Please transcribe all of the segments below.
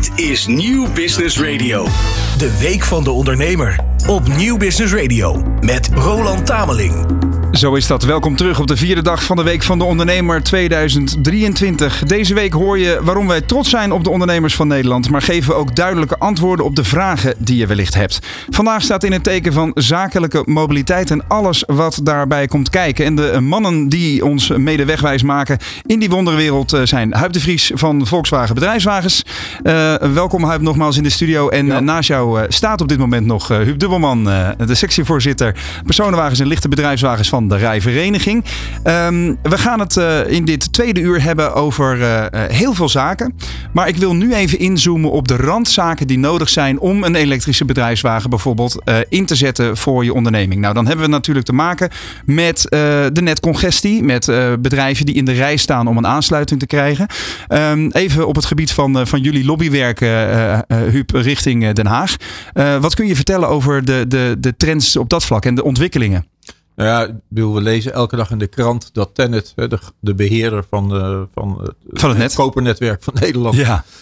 Dit is Nieuw Business Radio. De Week van de Ondernemer op Nieuw Business Radio met Roland Tameling. Zo is dat. Welkom terug op de vierde dag van de Week van de Ondernemer 2023. Deze week hoor je waarom wij trots zijn op de ondernemers van Nederland, maar geven we ook duidelijke antwoorden op de vragen die je wellicht hebt. Vandaag staat in het teken van zakelijke mobiliteit en alles wat daarbij komt kijken. En de mannen die ons mede wegwijs maken in die wonderwereld zijn Huib de Vries van Volkswagen Bedrijfswagens. Welkom Huib nogmaals in de studio. En naast jou staat op dit moment nog Huub Dubbelman, de sectievoorzitter personenwagens en lichte bedrijfswagens van de Rijvereniging. We gaan het in dit tweede uur hebben over heel veel zaken. Maar ik wil nu even inzoomen op de randzaken die nodig zijn om een elektrische bedrijfswagen bijvoorbeeld in te zetten voor je onderneming. Nou, dan hebben we natuurlijk te maken met de netcongestie, met bedrijven die in de rij staan om een aansluiting te krijgen. Even op het gebied van jullie lobbywerk, Huub, richting Den Haag. Wat kun je vertellen over de trends op dat vlak en de ontwikkelingen? Nou ja, we lezen elke dag in de krant dat TenneT, de beheerder van het kopernetwerk van Nederland,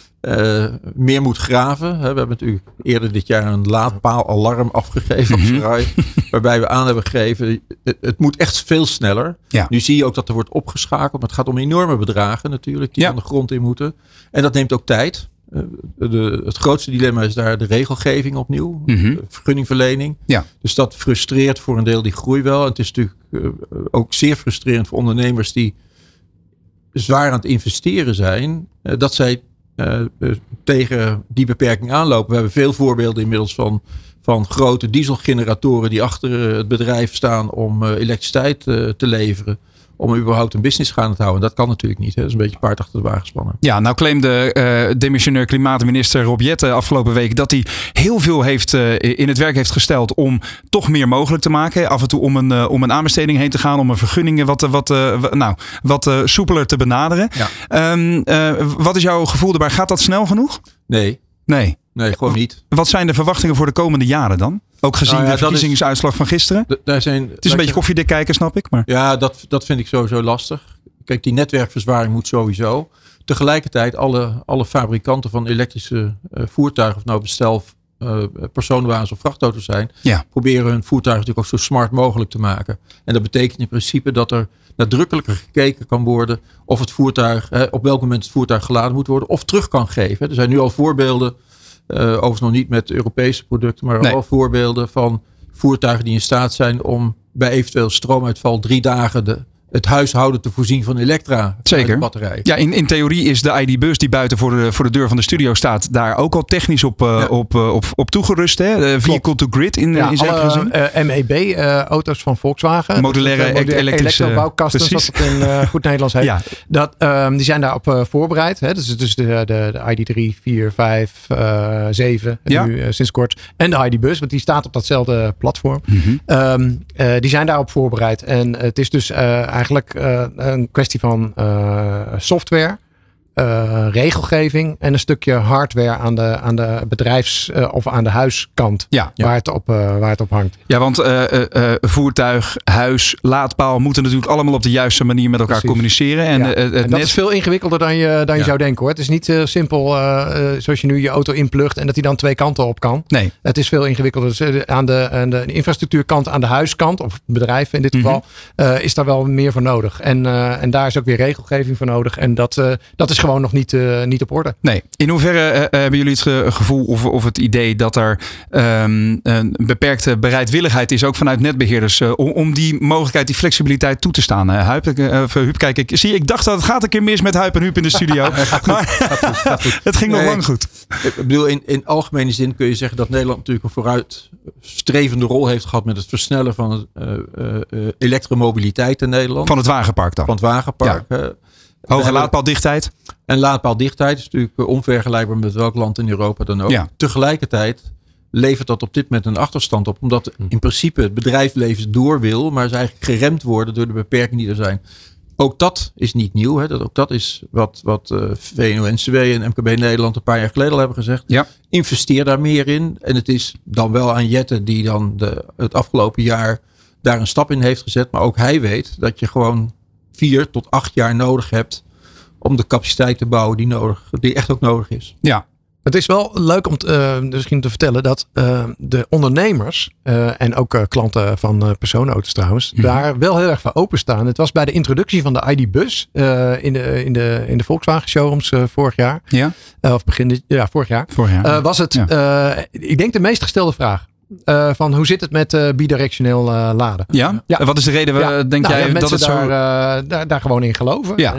meer moet graven. We hebben natuurlijk eerder dit jaar een laadpaal-alarm afgegeven op Sarai, waarbij we aan hebben gegeven, het moet echt veel sneller. Ja. Nu zie je ook dat er wordt opgeschakeld, maar het gaat om enorme bedragen natuurlijk, die van de grond in moeten. En dat neemt ook tijd. Het grootste dilemma is daar de regelgeving opnieuw. De vergunningverlening. Ja. Dus dat frustreert voor een deel die groei wel. En het is natuurlijk ook zeer frustrerend voor ondernemers die zwaar aan het investeren zijn. Dat zij tegen die beperking aanlopen. We hebben veel voorbeelden inmiddels van grote dieselgeneratoren die achter het bedrijf staan om elektriciteit te leveren. Om überhaupt een business gaande te houden. Dat kan natuurlijk niet. Hè? Dat is een beetje paard achter de wagen spannen. Ja, nou claimde demissionair klimaatminister Rob Jetten afgelopen week dat hij heel veel in het werk heeft gesteld om toch meer mogelijk te maken. Af en toe om een aanbesteding heen te gaan. Om een vergunningen wat soepeler te benaderen. Ja. Wat is jouw gevoel daarbij? Gaat dat snel genoeg? Nee, gewoon niet. Wat zijn de verwachtingen voor de komende jaren dan? Ook gezien de verkiezingsuitslag van gisteren? Het is een beetje koffiedik kijken, snap ik. Maar. Ja, dat vind ik sowieso lastig. Kijk, die netwerkverzwaring moet sowieso. Tegelijkertijd, alle fabrikanten van elektrische voertuigen, of nou bestel personenwagens of vrachtauto's zijn, proberen hun voertuig natuurlijk ook zo smart mogelijk te maken. En dat betekent in principe dat er nadrukkelijker gekeken kan worden of het voertuig, op welk moment het voertuig geladen moet worden of terug kan geven. Er zijn nu al voorbeelden, overigens nog niet met Europese producten, maar al voorbeelden van voertuigen die in staat zijn om bij eventueel stroomuitval 3 dagen het huishouden te voorzien van elektra. Zeker. Batterij. Ja, in theorie is de ID-bus die buiten voor de deur van de studio staat daar ook al technisch op toegerust. Hè? Vehicle to grid in zekere zin. MEB-auto's van Volkswagen. Modulaire elektrische elektrobouwkasten, zoals het in goed Nederlands heet. Ja. Die zijn daarop voorbereid. Hè? Dus de ID3, 4, 5, 7 nu sinds kort. En de ID-bus, want die staat op datzelfde platform. Die zijn daarop voorbereid. En het is dus eigenlijk een kwestie van software, regelgeving en een stukje hardware aan de bedrijfs- of aan de huiskant waar het op hangt. Ja, want voertuig, huis, laadpaal moeten natuurlijk allemaal op de juiste manier met elkaar communiceren. En dat is veel ingewikkelder dan je zou denken, hoor. Het is niet simpel zoals je nu je auto inplugt en dat hij dan 2 kanten op kan. Nee. Het is veel ingewikkelder. Dus aan de infrastructuurkant, aan de huiskant of bedrijven in dit geval, is daar wel meer voor nodig. En daar is ook weer regelgeving voor nodig. En dat is gewoon nog niet op orde. Nee. In hoeverre hebben jullie het gevoel of het idee dat er een beperkte bereidwilligheid is, ook vanuit netbeheerders, om die mogelijkheid, die flexibiliteit toe te staan? Huub, kijk, ik dacht dat het gaat een keer mis met Huib en Huub in de studio. Maar het ging nog lang goed. Ik bedoel, in algemene zin kun je zeggen dat Nederland natuurlijk een vooruitstrevende rol heeft gehad met het versnellen van elektromobiliteit in Nederland. Van het wagenpark dan? Van het wagenpark. Ja. Hoge laadpaaldichtheid? En laadpaaldichtheid is natuurlijk onvergelijkbaar met welk land in Europa dan ook. Ja. Tegelijkertijd levert dat op dit moment een achterstand op. Omdat in principe het bedrijfsleven door wil, maar ze eigenlijk geremd worden door de beperkingen die er zijn. Ook dat is niet nieuw. Hè? Ook dat is wat VNO-NCW en MKB Nederland een paar jaar geleden al hebben gezegd. Ja. Investeer daar meer in. En het is dan wel aan Jette die dan het afgelopen jaar daar een stap in heeft gezet. Maar ook hij weet dat je gewoon 4 tot 8 jaar nodig hebt om de capaciteit te bouwen die echt ook nodig is. Ja. Het is wel leuk om misschien te vertellen dat de ondernemers en ook klanten van personenauto's trouwens, daar wel heel erg voor openstaan. Het was bij de introductie van de ID.Bus in de Volkswagen showrooms vorig jaar. Ja. Of vorig jaar. Was het, ik denk de meest gestelde vraag. Van hoe zit het met bidirectioneel laden? Ja? Wat is de reden denk jij dat het daar gewoon in geloven? Ja.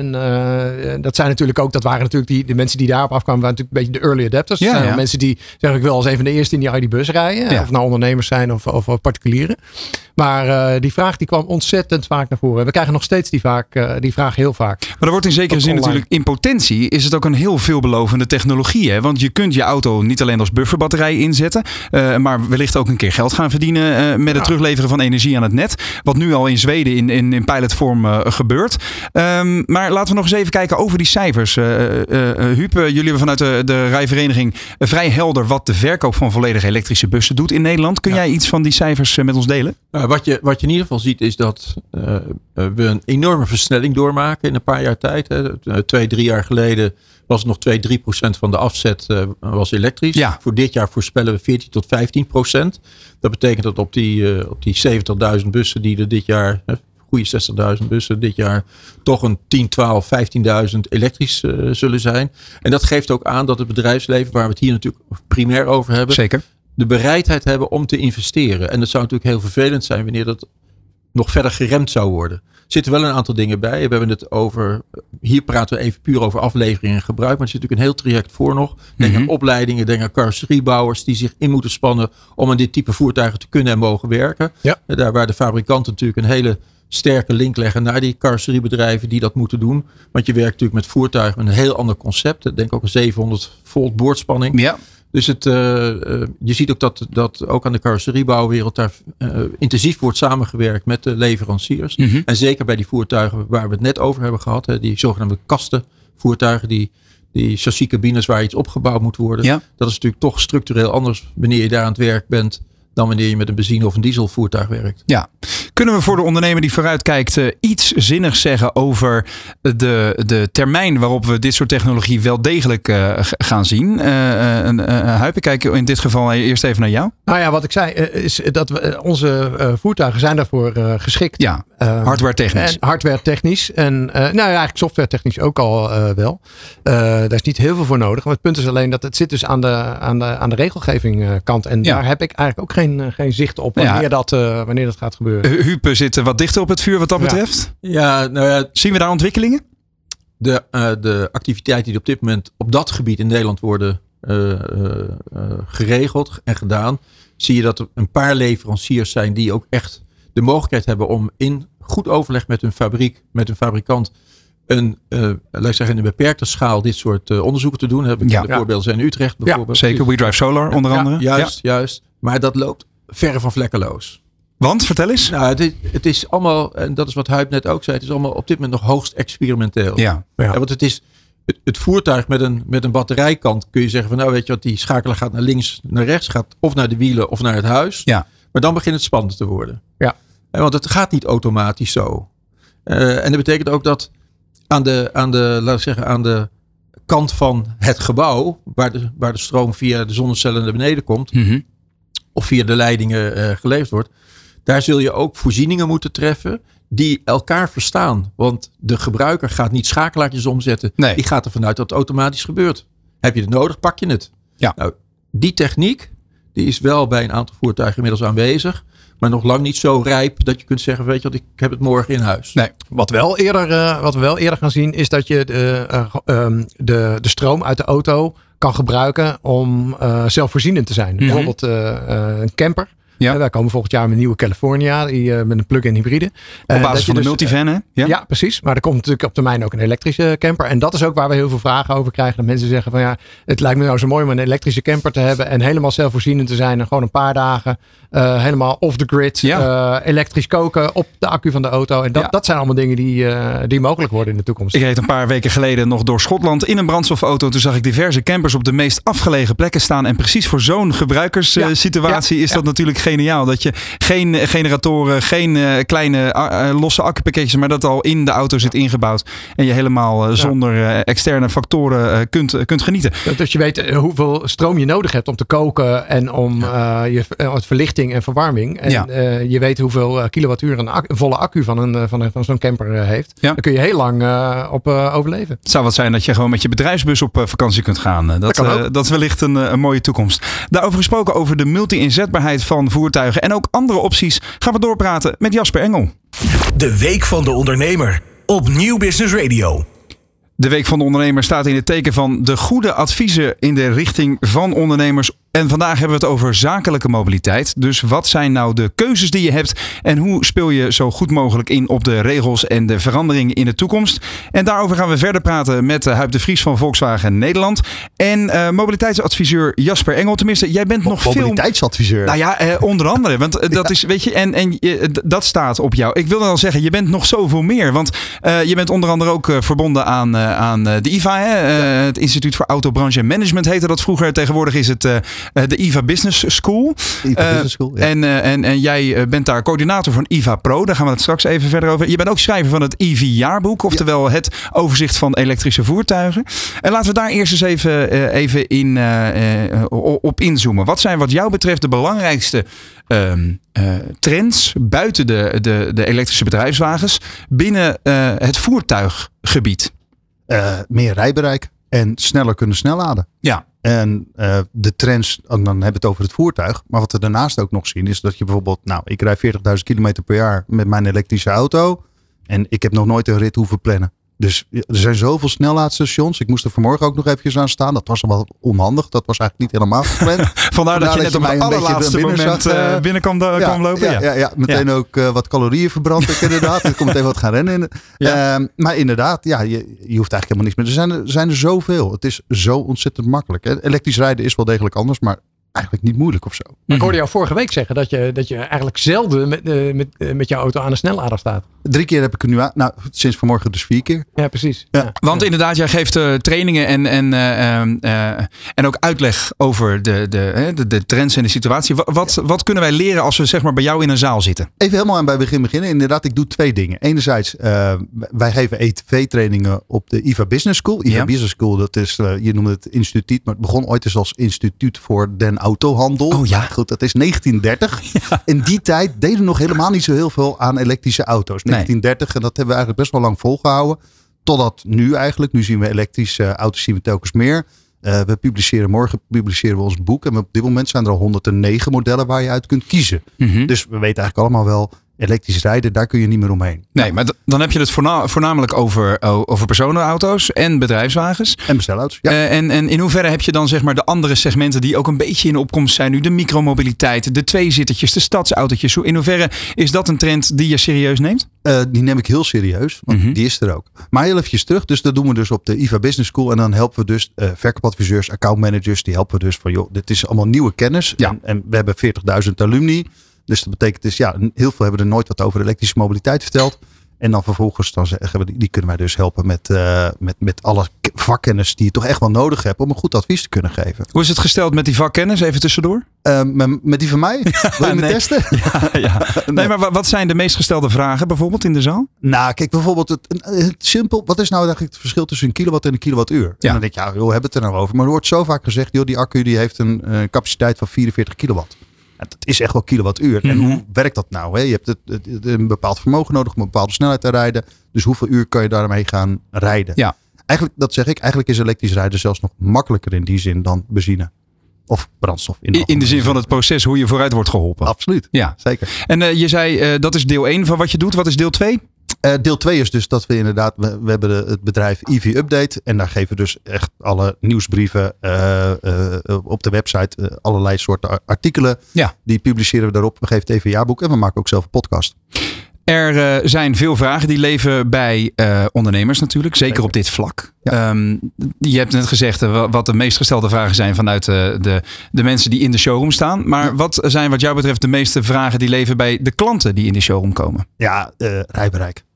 En dat zijn natuurlijk ook, dat waren natuurlijk de mensen die daarop afkwamen, waren natuurlijk een beetje de early adapters. Dat zijn mensen die, zeg ik wel, als een van de eerste in die ID.Bus rijden. Ja. Of nou ondernemers zijn of particulieren. Maar die vraag die kwam ontzettend vaak naar voren. We krijgen nog steeds die vraag heel vaak. Maar er wordt in zekere zin natuurlijk, in potentie is het ook een heel veelbelovende technologie. Hè? Want je kunt je auto niet alleen als bufferbatterij inzetten, maar wellicht ook een keer geld gaan verdienen met het terugleveren van energie aan het net. Wat nu al in Zweden in pilotvorm gebeurt. Maar laten we nog eens even kijken over die cijfers. Huub, jullie hebben vanuit de rijvereniging vrij helder wat de verkoop van volledig elektrische bussen doet in Nederland. Kun jij iets van die cijfers met ons delen? Wat je in ieder geval ziet is dat we een enorme versnelling doormaken in een paar jaar tijd. 2-3 jaar geleden was nog 2-3% van de afzet was elektrisch. Ja. Voor dit jaar voorspellen we 14-15%. Dat betekent dat op die 70.000 bussen die er dit jaar, goede 60.000 bussen dit jaar, toch een 10, 12, 15.000 elektrisch zullen zijn. En dat geeft ook aan dat het bedrijfsleven, waar we het hier natuurlijk primair over hebben, zeker, de bereidheid hebben om te investeren. En dat zou natuurlijk heel vervelend zijn wanneer dat nog verder geremd zou worden. Er zitten wel een aantal dingen bij. We hebben het over, hier praten we even puur over aflevering en gebruik. Maar er zit natuurlijk een heel traject voor nog. Denk aan opleidingen, denk aan carrosseriebouwers die zich in moeten spannen om aan dit type voertuigen te kunnen en mogen werken. Ja. Daar waar de fabrikanten natuurlijk een hele sterke link leggen naar die carrosseriebedrijven die dat moeten doen. Want je werkt natuurlijk met voertuigen met een heel ander concept. Denk ook een 700 volt boordspanning. Ja. Dus je ziet ook dat ook aan de carrosseriebouwwereld daar intensief wordt samengewerkt met de leveranciers. Mm-hmm. En zeker bij die voertuigen waar we het net over hebben gehad. Die zogenaamde kastenvoertuigen, die chassiscabines waar iets opgebouwd moet worden. Ja. Dat is natuurlijk toch structureel anders wanneer je daar aan het werk bent dan wanneer je met een benzine- of een dieselvoertuig werkt. Ja. Kunnen we voor de ondernemer die vooruitkijkt iets zinnigs zeggen over de termijn waarop we dit soort technologie wel degelijk gaan zien? Huip, ik kijk in dit geval eerst even naar jou. Nou ja, wat ik zei is dat onze voertuigen zijn daarvoor geschikt. Ja, hardware technisch. En hardware technisch. En eigenlijk software technisch ook al wel. Daar is niet heel veel voor nodig. Maar het punt is alleen dat het zit dus aan de regelgeving kant. En daar heb ik eigenlijk ook geen zicht op wanneer dat gaat gebeuren. Huub zit wat dichter op het vuur wat dat betreft. Ja, nou ja. Zien we daar ontwikkelingen? De activiteiten die op dit moment op dat gebied in Nederland worden geregeld en gedaan, zie je dat er een paar leveranciers zijn die ook echt de mogelijkheid hebben om in goed overleg met hun fabrikant in een beperkte schaal dit soort onderzoeken te doen. De voorbeelden zijn in Utrecht bijvoorbeeld. Ja, zeker. WeDrive Solar onder andere. Juist. Maar dat loopt verre van vlekkeloos. Want, vertel eens. Nou, het is allemaal, en dat is wat Huip net ook zei, het is allemaal op dit moment nog hoogst experimenteel. Ja. Want het is het voertuig met een batterijkant, kun je zeggen van nou weet je wat, die schakelaar gaat naar links, naar rechts, gaat of naar de wielen of naar het huis. Ja. Maar dan begint het spannend te worden. Ja. Want het gaat niet automatisch zo. En dat betekent ook dat aan de kant van het gebouw, waar de stroom via de zonnecellen naar beneden komt, mm-hmm, of via de leidingen geleverd wordt, daar zul je ook voorzieningen moeten treffen die elkaar verstaan. Want de gebruiker gaat niet schakelaartjes omzetten. Nee. Die gaat ervan uit dat het automatisch gebeurt. Heb je het nodig, pak je het. Ja. Nou, die techniek die is wel bij een aantal voertuigen inmiddels aanwezig. Maar nog lang niet zo rijp dat je kunt zeggen, weet je wat, ik heb het morgen in huis. Nee. Wat we wel eerder gaan zien is dat je de stroom uit de auto kan gebruiken om zelfvoorzienend te zijn. Mm-hmm. Bijvoorbeeld een camper. Ja. Wij komen volgend jaar met een nieuwe California met een plug-in hybride. Op basis van de multivan, hè? Ja, precies. Maar er komt natuurlijk op termijn ook een elektrische camper. En dat is ook waar we heel veel vragen over krijgen. Dat mensen zeggen van ja, het lijkt me nou zo mooi om een elektrische camper te hebben en helemaal zelfvoorzienend te zijn en gewoon een paar dagen helemaal off the grid elektrisch koken op de accu van de auto. En dat zijn allemaal dingen die mogelijk worden in de toekomst. Ik reed een paar weken geleden nog door Schotland in een brandstofauto. Toen zag ik diverse campers op de meest afgelegen plekken staan. En precies voor zo'n gebruikerssituatie is dat natuurlijk geen geniaal. Dat je geen generatoren, geen kleine losse accupakketjes, maar dat al in de auto zit ingebouwd. En je helemaal zonder externe factoren kunt genieten. Dus je weet hoeveel stroom je nodig hebt om te koken en om je verlichting en verwarming. En je weet hoeveel kilowattuur een volle accu van zo'n camper heeft. Ja. Dan kun je heel lang op overleven. Het zou wat zijn dat je gewoon met je bedrijfsbus op vakantie kunt gaan. Dat is wellicht een mooie toekomst. Daarover gesproken, over de multi-inzetbaarheid van voertuigen en ook andere opties, gaan we doorpraten met Jasper Engel. De Week van de Ondernemer op Nieuw Business Radio. De Week van de Ondernemer staat in het teken van de goede adviezen in de richting van ondernemers. En vandaag hebben we het over zakelijke mobiliteit. Dus wat zijn nou de keuzes die je hebt en hoe speel je zo goed mogelijk in op de regels en de veranderingen in de toekomst? En daarover gaan we verder praten met Huib de Vries van Volkswagen Nederland en mobiliteitsadviseur Jasper Engel. Tenminste, jij bent nog veel... Mobiliteitsadviseur? Nou ja, onder andere. Want dat is, weet je, en dat staat op jou. Ik wilde al zeggen, je bent nog zoveel meer. Want je bent onder andere ook verbonden aan de IVA. Het Instituut voor Autobranche en Management heette dat vroeger. Tegenwoordig is het de IVA Business School. Business School, ja. En jij bent daar coördinator van IVA Pro. Daar gaan we het straks even verder over. Je bent ook schrijver van het EV-jaarboek. Oftewel het overzicht van elektrische voertuigen. En laten we daar eerst eens even op inzoomen. Wat zijn wat jou betreft de belangrijkste trends buiten de elektrische bedrijfswagens binnen het voertuiggebied? Meer rijbereik en sneller kunnen snelladen. Ja. En de trends, dan hebben we het over het voertuig. Maar wat we daarnaast ook nog zien is dat je bijvoorbeeld... ik rijd 40.000 kilometer per jaar met mijn elektrische auto. En ik heb nog nooit een rit hoeven plannen. Dus er zijn zoveel snellaadstations. Ik moest er vanmorgen ook nog eventjes aan staan. Dat was wel onhandig. Dat was eigenlijk niet helemaal gepland. Vandaar dat je net op het allerlaatste moment binnen kwam lopen. Ja, meteen ook wat calorieën verbrand. Inderdaad. Ik kon meteen wat gaan rennen. Maar inderdaad, je hoeft eigenlijk helemaal niks meer. Er zijn er zoveel. Het is zo ontzettend makkelijk. Hè. Elektrisch rijden is wel degelijk anders, maar eigenlijk niet moeilijk of zo. Ik hoorde jou vorige week zeggen dat je eigenlijk zelden met jouw auto aan de snellader staat. 3 keer heb ik er nu aan. Sinds vanmorgen dus 4 keer. Ja, precies. Ja. Want inderdaad, jij geeft trainingen en ook uitleg over de trends en de situatie. Wat kunnen wij leren als we zeg maar bij jou in een zaal zitten? Even helemaal bij het beginnen. Inderdaad, ik doe 2 dingen. Enerzijds, wij geven ETV-trainingen op de IVA Business School. IVA Business School, dat is, je noemde het instituut, maar het begon ooit eens als instituut voor den autohandel. Oh ja. Goed, dat is 1930. Ja. In die tijd deden we nog helemaal niet zo heel veel aan elektrische auto's. 1930, en dat hebben we eigenlijk best wel lang volgehouden. Totdat nu eigenlijk. Nu zien we elektrische auto's telkens meer. Morgen publiceren we ons boek. En op dit moment zijn er al 109 modellen waar je uit kunt kiezen. Mm-hmm. Dus we weten eigenlijk allemaal wel, elektrisch rijden, daar kun je niet meer omheen. Nee, maar dan heb je het voornamelijk over personenauto's en bedrijfswagens. En bestelauto's, ja. En in hoeverre heb je dan zeg maar de andere segmenten die ook een beetje in opkomst zijn nu? De micromobiliteit, de 2-zittertjes, de stadsautootjes. In hoeverre is dat een trend die je serieus neemt? Die neem ik heel serieus, want die is er ook. Maar heel eventjes terug, dus dat doen we dus op de IVA Business School. En dan helpen we dus verkoopadviseurs, accountmanagers, die helpen we dus van dit is allemaal nieuwe kennis. Ja. En we hebben 40.000 alumni. Dus dat betekent dus, heel veel hebben er nooit wat over elektrische mobiliteit verteld. En dan vervolgens dan zeggen we, die kunnen wij dus helpen met alle vakkennis die je toch echt wel nodig hebt om een goed advies te kunnen geven. Hoe is het gesteld met die vakkennis, even tussendoor? Met die van mij? Wil je me testen? Ja. Nee, maar wat zijn de meest gestelde vragen bijvoorbeeld in de zaal? Nou, kijk bijvoorbeeld, het simpel, wat is nou eigenlijk het verschil tussen een kilowatt en een kilowattuur? Ja. En dan denk je, we hebben het er nou over. Maar er wordt zo vaak gezegd, die accu die heeft een capaciteit van 44 kilowatt. Dat is echt wel kilowattuur. Mm-hmm. En hoe werkt dat nou? Hè? Je hebt een bepaald vermogen nodig om een bepaalde snelheid te rijden. Dus hoeveel uur kan je daarmee gaan rijden? Ja. Eigenlijk, dat zeg ik, eigenlijk is elektrisch rijden zelfs nog makkelijker in die zin dan benzine. Of brandstof. In de zin van het proces, hoe je vooruit wordt geholpen. Absoluut. Ja, zeker. En je zei, dat is deel 1 van wat je doet. Wat is deel 2? Deel 2 is dus dat we inderdaad, we hebben het bedrijf EV Update. En daar geven we dus echt alle nieuwsbrieven op de website. Allerlei soorten artikelen. Ja. Die publiceren we daarop. We geven het EV-jaarboek en we maken ook zelf een podcast. Er zijn veel vragen die leven bij ondernemers natuurlijk. Zeker op dit vlak. Ja. Je hebt net gezegd wat de meest gestelde vragen zijn vanuit de mensen die in de showroom staan. Maar wat zijn wat jou betreft de meeste vragen die leven bij de klanten die in de showroom komen? Ja, rijbereik.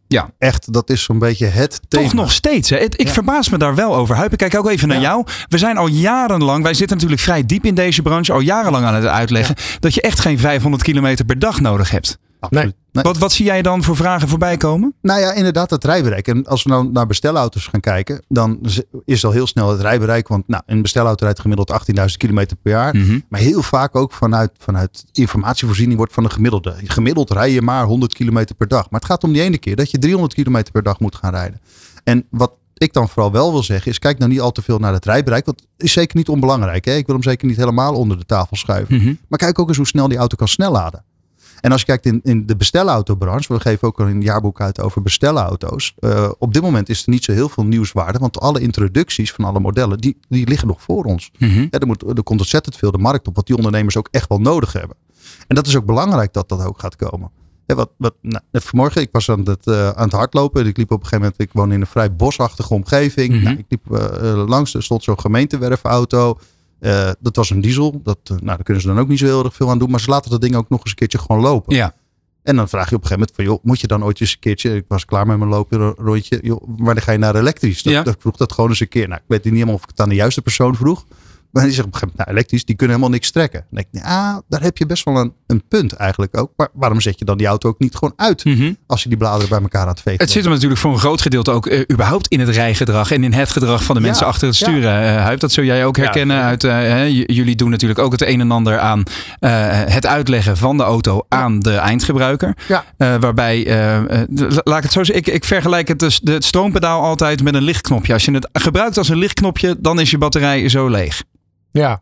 Ja. Echt, dat is zo'n beetje het thema. Toch nog steeds. Hè? Ik verbaas me daar wel over. Huip, ik kijk ook even naar jou. We zijn al jarenlang, wij zitten natuurlijk vrij diep in deze branche, al jarenlang aan het uitleggen dat je echt geen 500 kilometer per dag nodig hebt. Absoluut. Nee. Wat zie jij dan voor vragen voorbij komen? Nou ja, inderdaad het rijbereik. En als we nou naar bestelauto's gaan kijken, dan is al heel snel het rijbereik. Want een bestelauto rijdt gemiddeld 18.000 kilometer per jaar. Mm-hmm. Maar heel vaak ook vanuit informatievoorziening wordt van de gemiddelde. Gemiddeld rij je maar 100 kilometer per dag. Maar het gaat om die ene keer dat je 300 kilometer per dag moet gaan rijden. En wat ik dan vooral wel wil zeggen is, kijk nou niet al te veel naar het rijbereik. Want het is zeker niet onbelangrijk. Hè? Ik wil hem zeker niet helemaal onder de tafel schuiven. Mm-hmm. Maar kijk ook eens hoe snel die auto kan snelladen. En als je kijkt in de bestelauto-branche, we geven ook een jaarboek uit over bestelauto's. Op dit moment is er niet zo heel veel nieuwswaarde, want alle introducties van alle modellen, die liggen nog voor ons. Mm-hmm. Ja, er komt ontzettend veel de markt op, wat die ondernemers ook echt wel nodig hebben. En dat is ook belangrijk dat dat ook gaat komen. Ja, vanmorgen, ik was aan het hardlopen. Ik liep op een gegeven moment, ik woon in een vrij bosachtige omgeving. Mm-hmm. Ik liep langs, er stond zo'n gemeentewerfauto. Dat was een diesel. Daar kunnen ze dan ook niet zo heel erg veel aan doen. Maar ze laten dat ding ook nog eens een keertje gewoon lopen. Ja. En dan vraag je op een gegeven moment van, joh, moet je dan ooit eens een keertje, ik was klaar met mijn lopen rondje, joh, wanneer ga je naar elektrisch? Dat vroeg dat gewoon eens een keer. Nou, ik weet niet helemaal of ik het aan de juiste persoon vroeg. Maar die zegt op een gegeven moment, elektrisch, die kunnen helemaal niks trekken. Dan denk ik, daar heb je best wel een punt eigenlijk ook. Maar waarom zet je dan die auto ook niet gewoon uit? Mm-hmm. Als je die bladeren bij elkaar aan het vegen. Het zit hem natuurlijk voor een groot gedeelte ook überhaupt in het rijgedrag. En in het gedrag van de mensen achter het sturen. Huip, dat zul jij ook herkennen. Jullie doen natuurlijk ook het een en ander aan het uitleggen van de auto aan de eindgebruiker. Ja. Waarbij, laat ik het zo zeggen. Ik vergelijk het stroompedaal altijd met een lichtknopje. Als je het gebruikt als een lichtknopje, dan is je batterij zo leeg. Ja,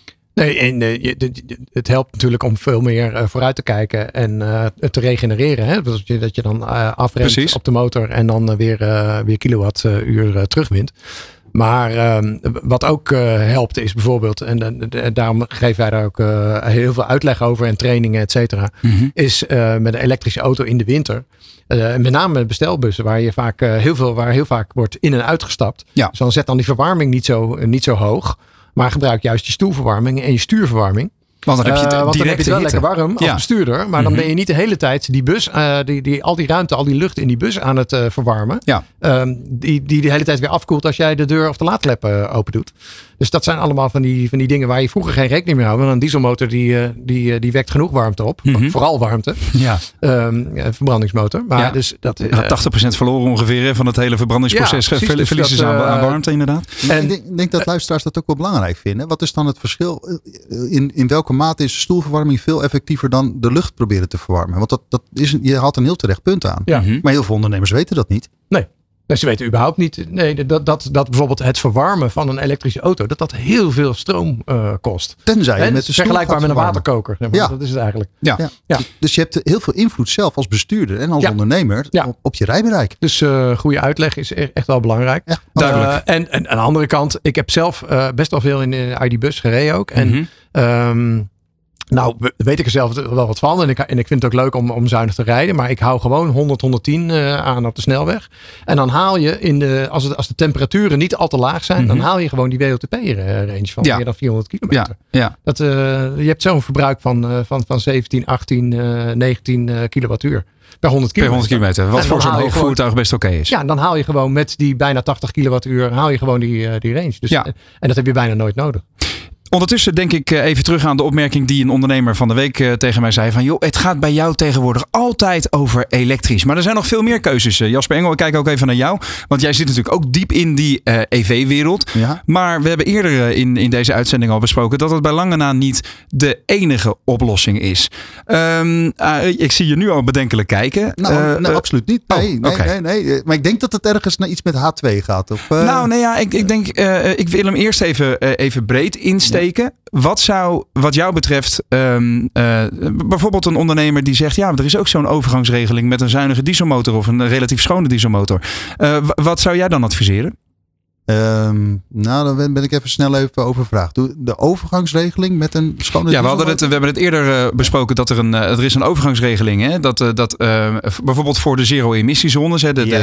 het helpt natuurlijk om veel meer vooruit te kijken en te regenereren. Hè? Dat je dan afremt op de motor en dan weer kilowattuur terugwint. Maar wat ook helpt is bijvoorbeeld, en daarom geven wij daar ook heel veel uitleg over en trainingen, et cetera, is met een elektrische auto in de winter. Met name met bestelbussen, waar heel vaak wordt in en uitgestapt. Ja. Dus dan zet dan die verwarming niet zo hoog. Maar gebruik juist je stoelverwarming en je stuurverwarming. Want dan heb je het wel lekker warm als bestuurder. Maar dan ben je niet de hele tijd die bus, al die ruimte, al die lucht in die bus aan het verwarmen. Ja. Die de hele tijd weer afkoelt als jij de deur of de laadklep open doet. Dus dat zijn allemaal van die dingen waar je vroeger geen rekening mee had. Want een dieselmotor die wekt genoeg warmte op. Mm-hmm. Vooral warmte. Ja. Verbrandingsmotor. Maar dus dat 80% verloren ongeveer van het hele verbrandingsproces. Ja, verliezen ze aan warmte inderdaad. En ik denk dat luisteraars dat ook wel belangrijk vinden. Wat is dan het verschil? In welke mate is stoelverwarming veel effectiever dan de lucht proberen te verwarmen? Want je haalt een heel terecht punt aan. Ja. Maar heel veel ondernemers weten dat niet. Nee. Ze weten überhaupt niet dat bijvoorbeeld het verwarmen van een elektrische auto, dat heel veel stroom kost. Tenzij je met de vergelijkbaar met een waterkoker. Zeg maar. Ja. Dat is het eigenlijk. Ja. Dus je hebt heel veel invloed zelf als bestuurder en als ondernemer op je rijbereik. Dus goede uitleg is echt wel belangrijk. Ja, duidelijk. En aan de andere kant, ik heb zelf best wel veel in de ID-bus gereden ook. En nou, weet ik er zelf wel wat van. En ik vind het ook leuk om zuinig te rijden. Maar ik hou gewoon 100, 110 aan op de snelweg. En dan haal je, als de temperaturen niet al te laag zijn, dan haal je gewoon die WLTP-range van meer dan 400 kilometer. Ja. Je hebt zo'n verbruik van 17, 18, 19 kilowattuur. Per 100 kilometer. Wat voor zo'n hoog voertuig best oké is. Ja, dan haal je gewoon met die bijna 80 kilowattuur haal je gewoon die range. Dus, en dat heb je bijna nooit nodig. Ondertussen denk ik even terug aan de opmerking die een ondernemer van de week tegen mij zei. Van joh, het gaat bij jou tegenwoordig altijd over elektrisch. Maar er zijn nog veel meer keuzes. Jasper Engel, ik kijk ook even naar jou. Want jij zit natuurlijk ook diep in die EV-wereld. Ja. Maar we hebben eerder in deze uitzending al besproken dat het bij lange na niet de enige oplossing is. Ik zie je nu al bedenkelijk kijken. Nee, absoluut niet. Nee. Maar ik denk dat het ergens naar iets met H2 gaat. Of, ik denk, ik wil hem eerst even breed insteken. Wat jou betreft, bijvoorbeeld een ondernemer die zegt, ja, er is ook zo'n overgangsregeling met een zuinige dieselmotor of een relatief schone dieselmotor. Wat zou jij dan adviseren? Daar ben ik even snel overvraagd. De overgangsregeling met een schone dieselmotor? We hebben het eerder besproken dat er is een overgangsregeling. Hè? Dat bijvoorbeeld voor de zero-emissiezones,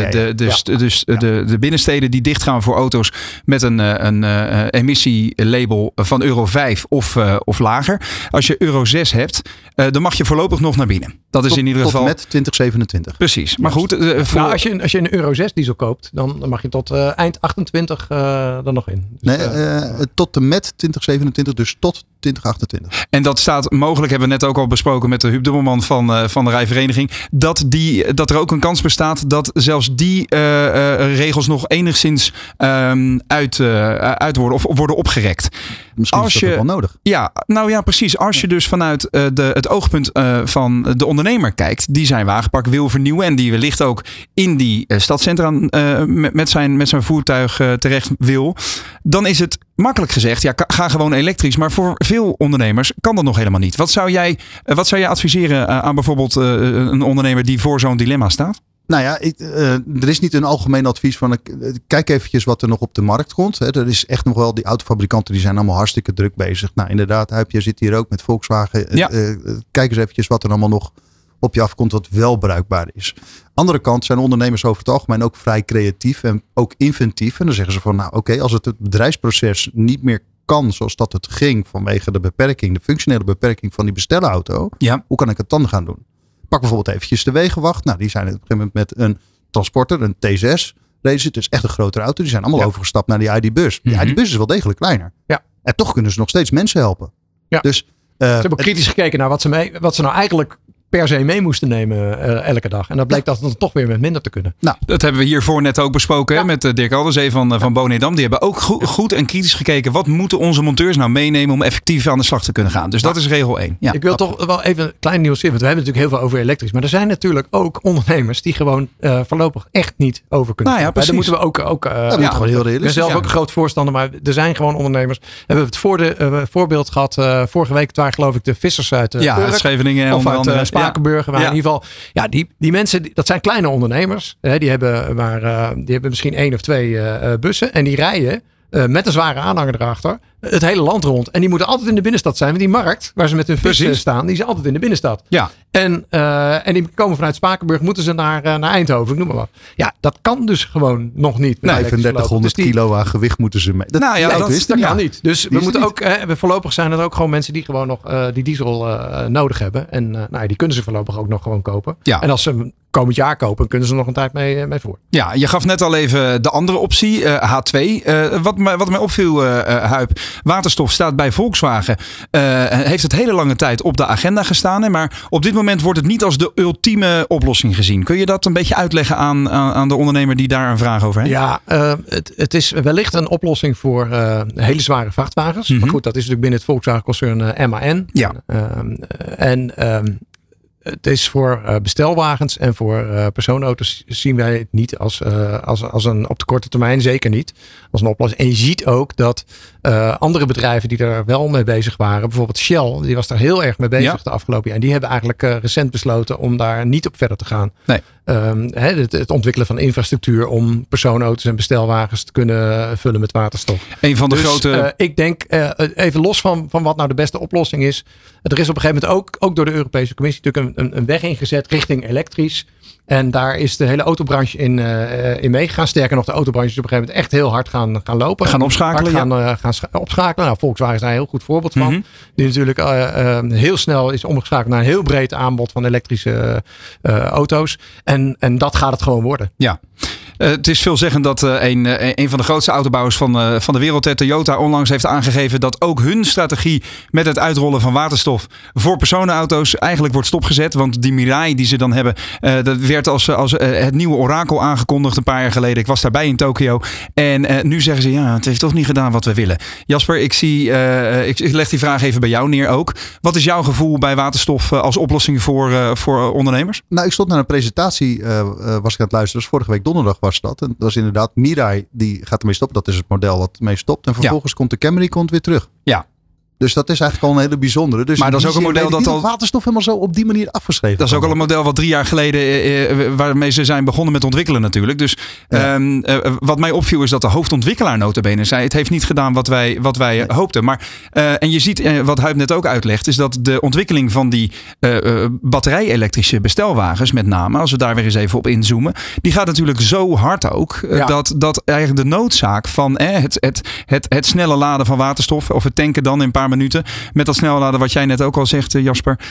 de binnensteden die dichtgaan voor auto's met een emissielabel van Euro 5 of lager. Als je Euro 6 hebt, dan mag je voorlopig nog naar binnen. Dat is in ieder geval... Tot met 2027. Precies. Maar goed. Als je een Euro 6 diesel koopt, dan mag je tot eind 28 er nog in. Dus, tot en met 2027, dus tot 2028. En dat staat mogelijk, hebben we net ook al besproken met de Huub Dubbelman van de rijvereniging, dat er ook een kans bestaat dat zelfs die regels nog enigszins uit worden of worden opgerekt. Misschien is dat wel nodig. Ja, nou ja, precies. Als je dus vanuit het oogpunt van de ondernemer kijkt, die zijn wagenpark wil vernieuwen en die wellicht ook in die stadcentra met zijn voertuig terecht wil, dan is het makkelijk gezegd, ja, ga gewoon elektrisch. Maar voor veel ondernemers kan dat nog helemaal niet. Wat zou jij adviseren aan bijvoorbeeld een ondernemer die voor zo'n dilemma staat? Nou ja, er is niet een algemeen advies van kijk eventjes wat er nog op de markt komt. Er is echt nog wel, die autofabrikanten die zijn allemaal hartstikke druk bezig. Nou inderdaad, Huip, je zit hier ook met Volkswagen. Ja. Kijk eens eventjes wat er allemaal nog op je afkomt wat wel bruikbaar is. Andere kant zijn ondernemers over het algemeen ook vrij creatief en ook inventief. En dan zeggen ze van nou oké, als het bedrijfsproces niet meer kan zoals dat het ging vanwege de functionele beperking van die bestelauto. Ja. Hoe kan ik het dan gaan doen? Pak bijvoorbeeld eventjes de Wegenwacht. Nou, die zijn op een gegeven moment met een transporter, een T6. Het is echt een grotere auto. Die zijn allemaal overgestapt naar die ID-bus. Die ID-bus is wel degelijk kleiner. Ja. En toch kunnen ze nog steeds mensen helpen. Ja. Dus, ze hebben ook kritisch gekeken naar wat ze nou eigenlijk per se mee moesten nemen elke dag. En dat bleek dat dan toch weer met minder te kunnen. Nou, dat hebben we hiervoor net ook besproken met Dirk Alderzee van Bonedam. Die hebben ook goed en kritisch gekeken. Wat moeten onze monteurs nou meenemen om effectief aan de slag te kunnen gaan? Dus dat is regel 1. Ja. Ik wil toch wel even een klein nuanceren. Want we hebben natuurlijk heel veel over elektrisch. Maar er zijn natuurlijk ook ondernemers die gewoon voorlopig echt niet over kunnen. Nou ja, precies. Daar moeten we ook gewoon heel realistisch. Ik ben zelf ook een groot voorstander. Maar er zijn gewoon ondernemers. We hebben het voorbeeld gehad. Vorige week, het waren geloof ik de vissers uit uit Scheveningen of uit Spakenburg. In ieder geval, ja, die mensen, dat zijn kleine ondernemers. Die hebben misschien 1 of 2 bussen. En die rijden met een zware aanhanger erachter het hele land rond. En die moeten altijd in de binnenstad zijn. Want die markt waar ze met hun vissen staan, die is altijd in de binnenstad. Ja. En die komen vanuit Spakenburg, moeten ze naar Eindhoven, noem maar wat. Ja, dat kan dus gewoon nog niet. 3500 kilo aan gewicht moeten ze mee. Dat kan niet. Dus we moeten ook, voorlopig zijn er ook gewoon mensen die gewoon nog die diesel nodig hebben. En die kunnen ze voorlopig ook nog gewoon kopen. Ja. En als ze hem komend jaar kopen, kunnen ze er nog een tijd mee voor. Ja, je gaf net al even de andere optie, H2. Wat mij opviel, Huip, waterstof staat bij Volkswagen. Heeft het hele lange tijd op de agenda gestaan. Maar op dit moment wordt het niet als de ultieme oplossing gezien. Kun je dat een beetje uitleggen aan de ondernemer die daar een vraag over heeft? Ja, het is wellicht een oplossing voor hele zware vrachtwagens. Mm-hmm. Maar goed, dat is natuurlijk binnen het Volkswagen-concern MAN. Ja. Het is voor bestelwagens en voor personenauto's zien wij het niet als een op de korte termijn, zeker niet, als een oplossing. En je ziet ook dat andere bedrijven die er wel mee bezig waren, bijvoorbeeld Shell, die was daar heel erg mee bezig de afgelopen jaar. En die hebben eigenlijk recent besloten om daar niet op verder te gaan. Nee. Het ontwikkelen van infrastructuur om personenauto's en bestelwagens te kunnen vullen met waterstof. Een van de grote... ik denk, even los van wat nou de beste oplossing is. Er is op een gegeven moment ook door de Europese Commissie natuurlijk een weg ingezet richting elektrisch. En daar is de hele autobranche in meegegaan. Sterker nog, de autobranche is op een gegeven moment echt heel hard gaan lopen. Gaan opschakelen. Gaan opschakelen. Nou, Volkswagen is daar een heel goed voorbeeld van. Mm-hmm. Die natuurlijk heel snel is omgeschakeld naar een heel breed aanbod van elektrische auto's. En dat gaat het gewoon worden. Ja. Het is veelzeggend dat een van de grootste autobouwers van de wereld, Toyota, onlangs heeft aangegeven dat ook hun strategie met het uitrollen van waterstof voor personenauto's eigenlijk wordt stopgezet. Want die Mirai die ze dan hebben, dat werd als het nieuwe orakel aangekondigd een paar jaar geleden. Ik was daarbij in Tokio. En nu zeggen ze, ja, het heeft toch niet gedaan wat we willen. Jasper, ik leg die vraag even bij jou neer ook. Wat is jouw gevoel bij waterstof als oplossing voor ondernemers? Nou, ik stond naar een presentatie, was ik aan het luisteren. Dus vorige week donderdag was dat. En dat is inderdaad, Mirai die gaat ermee stoppen. Dat is het model wat ermee stopt. En vervolgens komt de Camry weer terug. Ja. Dus dat is eigenlijk al een hele bijzondere. Dus maar dat is ook een model dat al waterstof helemaal zo op die manier afgeschreven. Dat is ook al een model wat 3 jaar geleden waarmee ze zijn begonnen met ontwikkelen natuurlijk. Dus wat mij opviel is dat de hoofdontwikkelaar nota bene zei: het heeft niet gedaan wat wij hoopten. Maar en je ziet wat Huip net ook uitlegt, is dat de ontwikkeling van die batterij-elektrische bestelwagens, met name, als we daar weer eens even op inzoomen, die gaat natuurlijk zo hard ook dat eigenlijk de noodzaak van het snelle laden van waterstof of het tanken dan in een paar paar minuten. Met dat snelladen wat jij net ook al zegt, Jasper.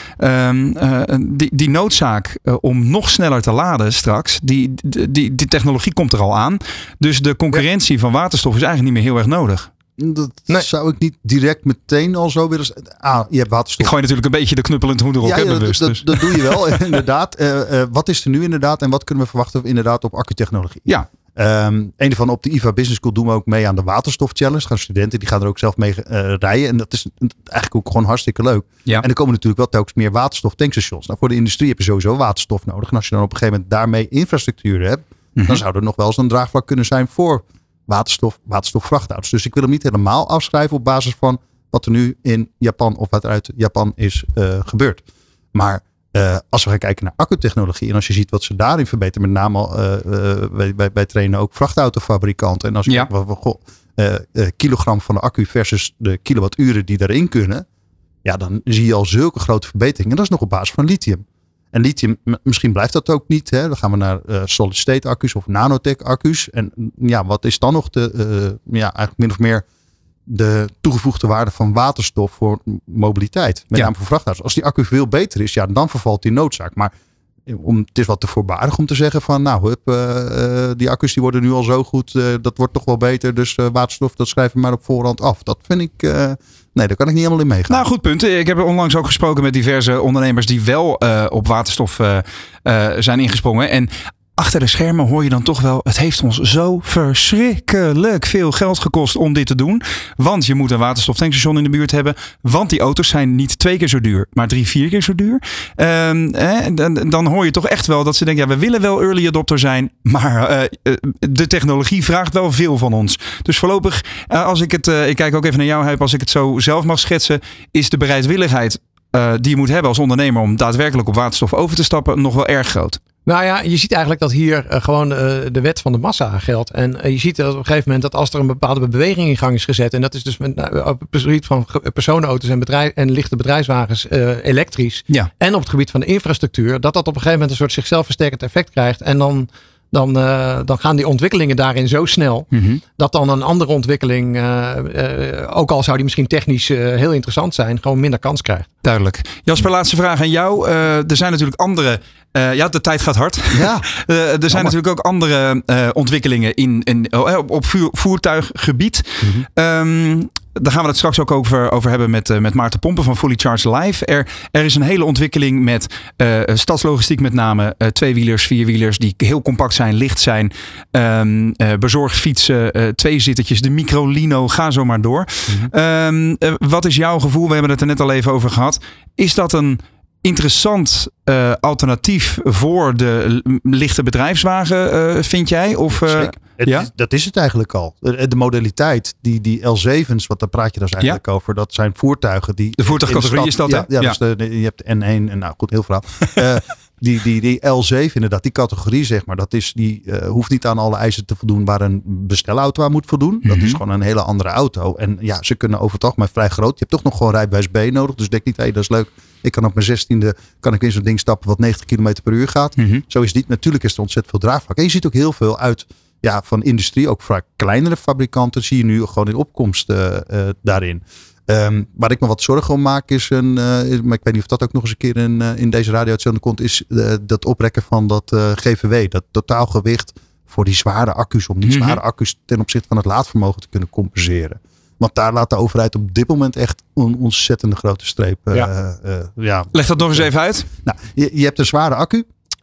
Die noodzaak om nog sneller te laden straks, die technologie komt er al aan. Dus de concurrentie van waterstof is eigenlijk niet meer heel erg nodig. Dat zou ik niet direct meteen al zo willen. Je hebt waterstof. Ik gooi natuurlijk een beetje de knuppelend hoender op. Dat doe je wel, inderdaad. Wat is er nu inderdaad en wat kunnen we verwachten inderdaad op accutechnologie? Ja. Een van op de IVA Business School doen we ook mee aan de waterstof challenge. Gaan studenten, die gaan er ook zelf mee rijden. En dat is eigenlijk ook gewoon hartstikke leuk. Ja. En er komen natuurlijk wel telkens meer waterstof tankstations. Nou, voor de industrie heb je sowieso waterstof nodig. En als je dan op een gegeven moment daarmee infrastructuur hebt, dan zou er nog wel eens een draagvlak kunnen zijn voor waterstofvrachtauto's. Dus ik wil hem niet helemaal afschrijven op basis van wat er nu in Japan of wat er uit Japan is gebeurd. Maar als we gaan kijken naar accutechnologie en als je ziet wat ze daarin verbeteren, met name wij trainen ook vrachtautofabrikanten. En als je kijkt kilogram van de accu versus de kilowatturen die daarin kunnen, ja, dan zie je al zulke grote verbeteringen. En dat is nog op basis van lithium. En lithium, misschien blijft dat ook niet. Hè? Dan gaan we naar solid state accu's of nanotech accu's. En ja, wat is dan nog eigenlijk min of meer de toegevoegde waarde van waterstof voor mobiliteit? Met name voor vrachtauto's. Als die accu veel beter is, ja, dan vervalt die noodzaak. Maar het is wat te voorbarig om te zeggen van die accu's die worden nu al zo goed. Dat wordt toch wel beter. Dus waterstof, dat schrijven we maar op voorhand af. Dat vind ik... Nee, daar kan ik niet helemaal in meegaan. Nou, goed punt. Ik heb onlangs ook gesproken met diverse ondernemers die wel op waterstof zijn ingesprongen. En achter de schermen hoor je dan toch wel, het heeft ons zo verschrikkelijk veel geld gekost om dit te doen. Want je moet een waterstoftankstation in de buurt hebben. Want die auto's zijn niet 2 keer zo duur, maar 3-4 keer zo duur. Dan hoor je toch echt wel dat ze denken, ja, we willen wel early adopter zijn, maar de technologie vraagt wel veel van ons. Dus voorlopig, ik kijk ook even naar jou, Huip, als ik het zo zelf mag schetsen, is de bereidwilligheid die je moet hebben als ondernemer om daadwerkelijk op waterstof over te stappen nog wel erg groot. Nou ja, je ziet eigenlijk dat hier gewoon de wet van de massa geldt. En je ziet dat op een gegeven moment dat als er een bepaalde beweging in gang is gezet. En dat is dus op het gebied van personenauto's en lichte bedrijfswagens elektrisch. Ja. En op het gebied van de infrastructuur. Dat op een gegeven moment een soort zichzelf versterkend effect krijgt. En dan gaan die ontwikkelingen daarin zo snel. Dat dan een andere ontwikkeling, ook al zou die misschien technisch heel interessant zijn, gewoon minder kans krijgt. Duidelijk. Jasper, laatste vraag aan jou. Er zijn natuurlijk andere... de tijd gaat hard. Ja. Er zijn natuurlijk ook andere ontwikkelingen op voertuiggebied. Daar gaan we het straks ook over hebben met Maarten Pompen van Fully Charged Live. Er is een hele ontwikkeling met stadslogistiek met name. 2-wielers, 4-wielers die heel compact zijn, licht zijn. Bezorgfietsen, 2-zittertjes, de microlino, ga zo maar door. Wat is jouw gevoel? We hebben het er net al even over gehad. Is dat een interessant alternatief voor de lichte bedrijfswagen, vind jij? Of, dat is het eigenlijk al. De modaliteit, die L7's, wat daar praat je dus eigenlijk over. Dat zijn voertuigen die... De voertuigcategorie is dat, hè? Ja. Dus je hebt de N1 en nou goed, heel verhaal. Die L7 inderdaad, die categorie zeg maar, die hoeft niet aan alle eisen te voldoen waar een bestelauto aan moet voldoen. Dat is gewoon een hele andere auto. En ja, ze kunnen over het algemeen vrij groot. Je hebt toch nog gewoon rijbewijs B nodig. Dus denk niet, dat is leuk. Ik kan op mijn 16e in zo'n ding stappen wat 90 km per uur gaat. Zo is het niet. Natuurlijk is er ontzettend veel draagvlak. En je ziet ook heel veel uit van industrie, ook vaak kleinere fabrikanten, zie je nu gewoon in opkomst daarin. Waar ik me wat zorgen om maak is maar ik weet niet of dat ook nog eens een keer in deze radio-uitzending komt, is dat oprekken van dat GVW, dat totaalgewicht voor die zware accu's, om die zware accu's ten opzichte van het laadvermogen te kunnen compenseren. Want daar laat de overheid op dit moment echt een ontzettende grote streep. Leg dat nog eens even uit. Nou, je hebt een zware accu.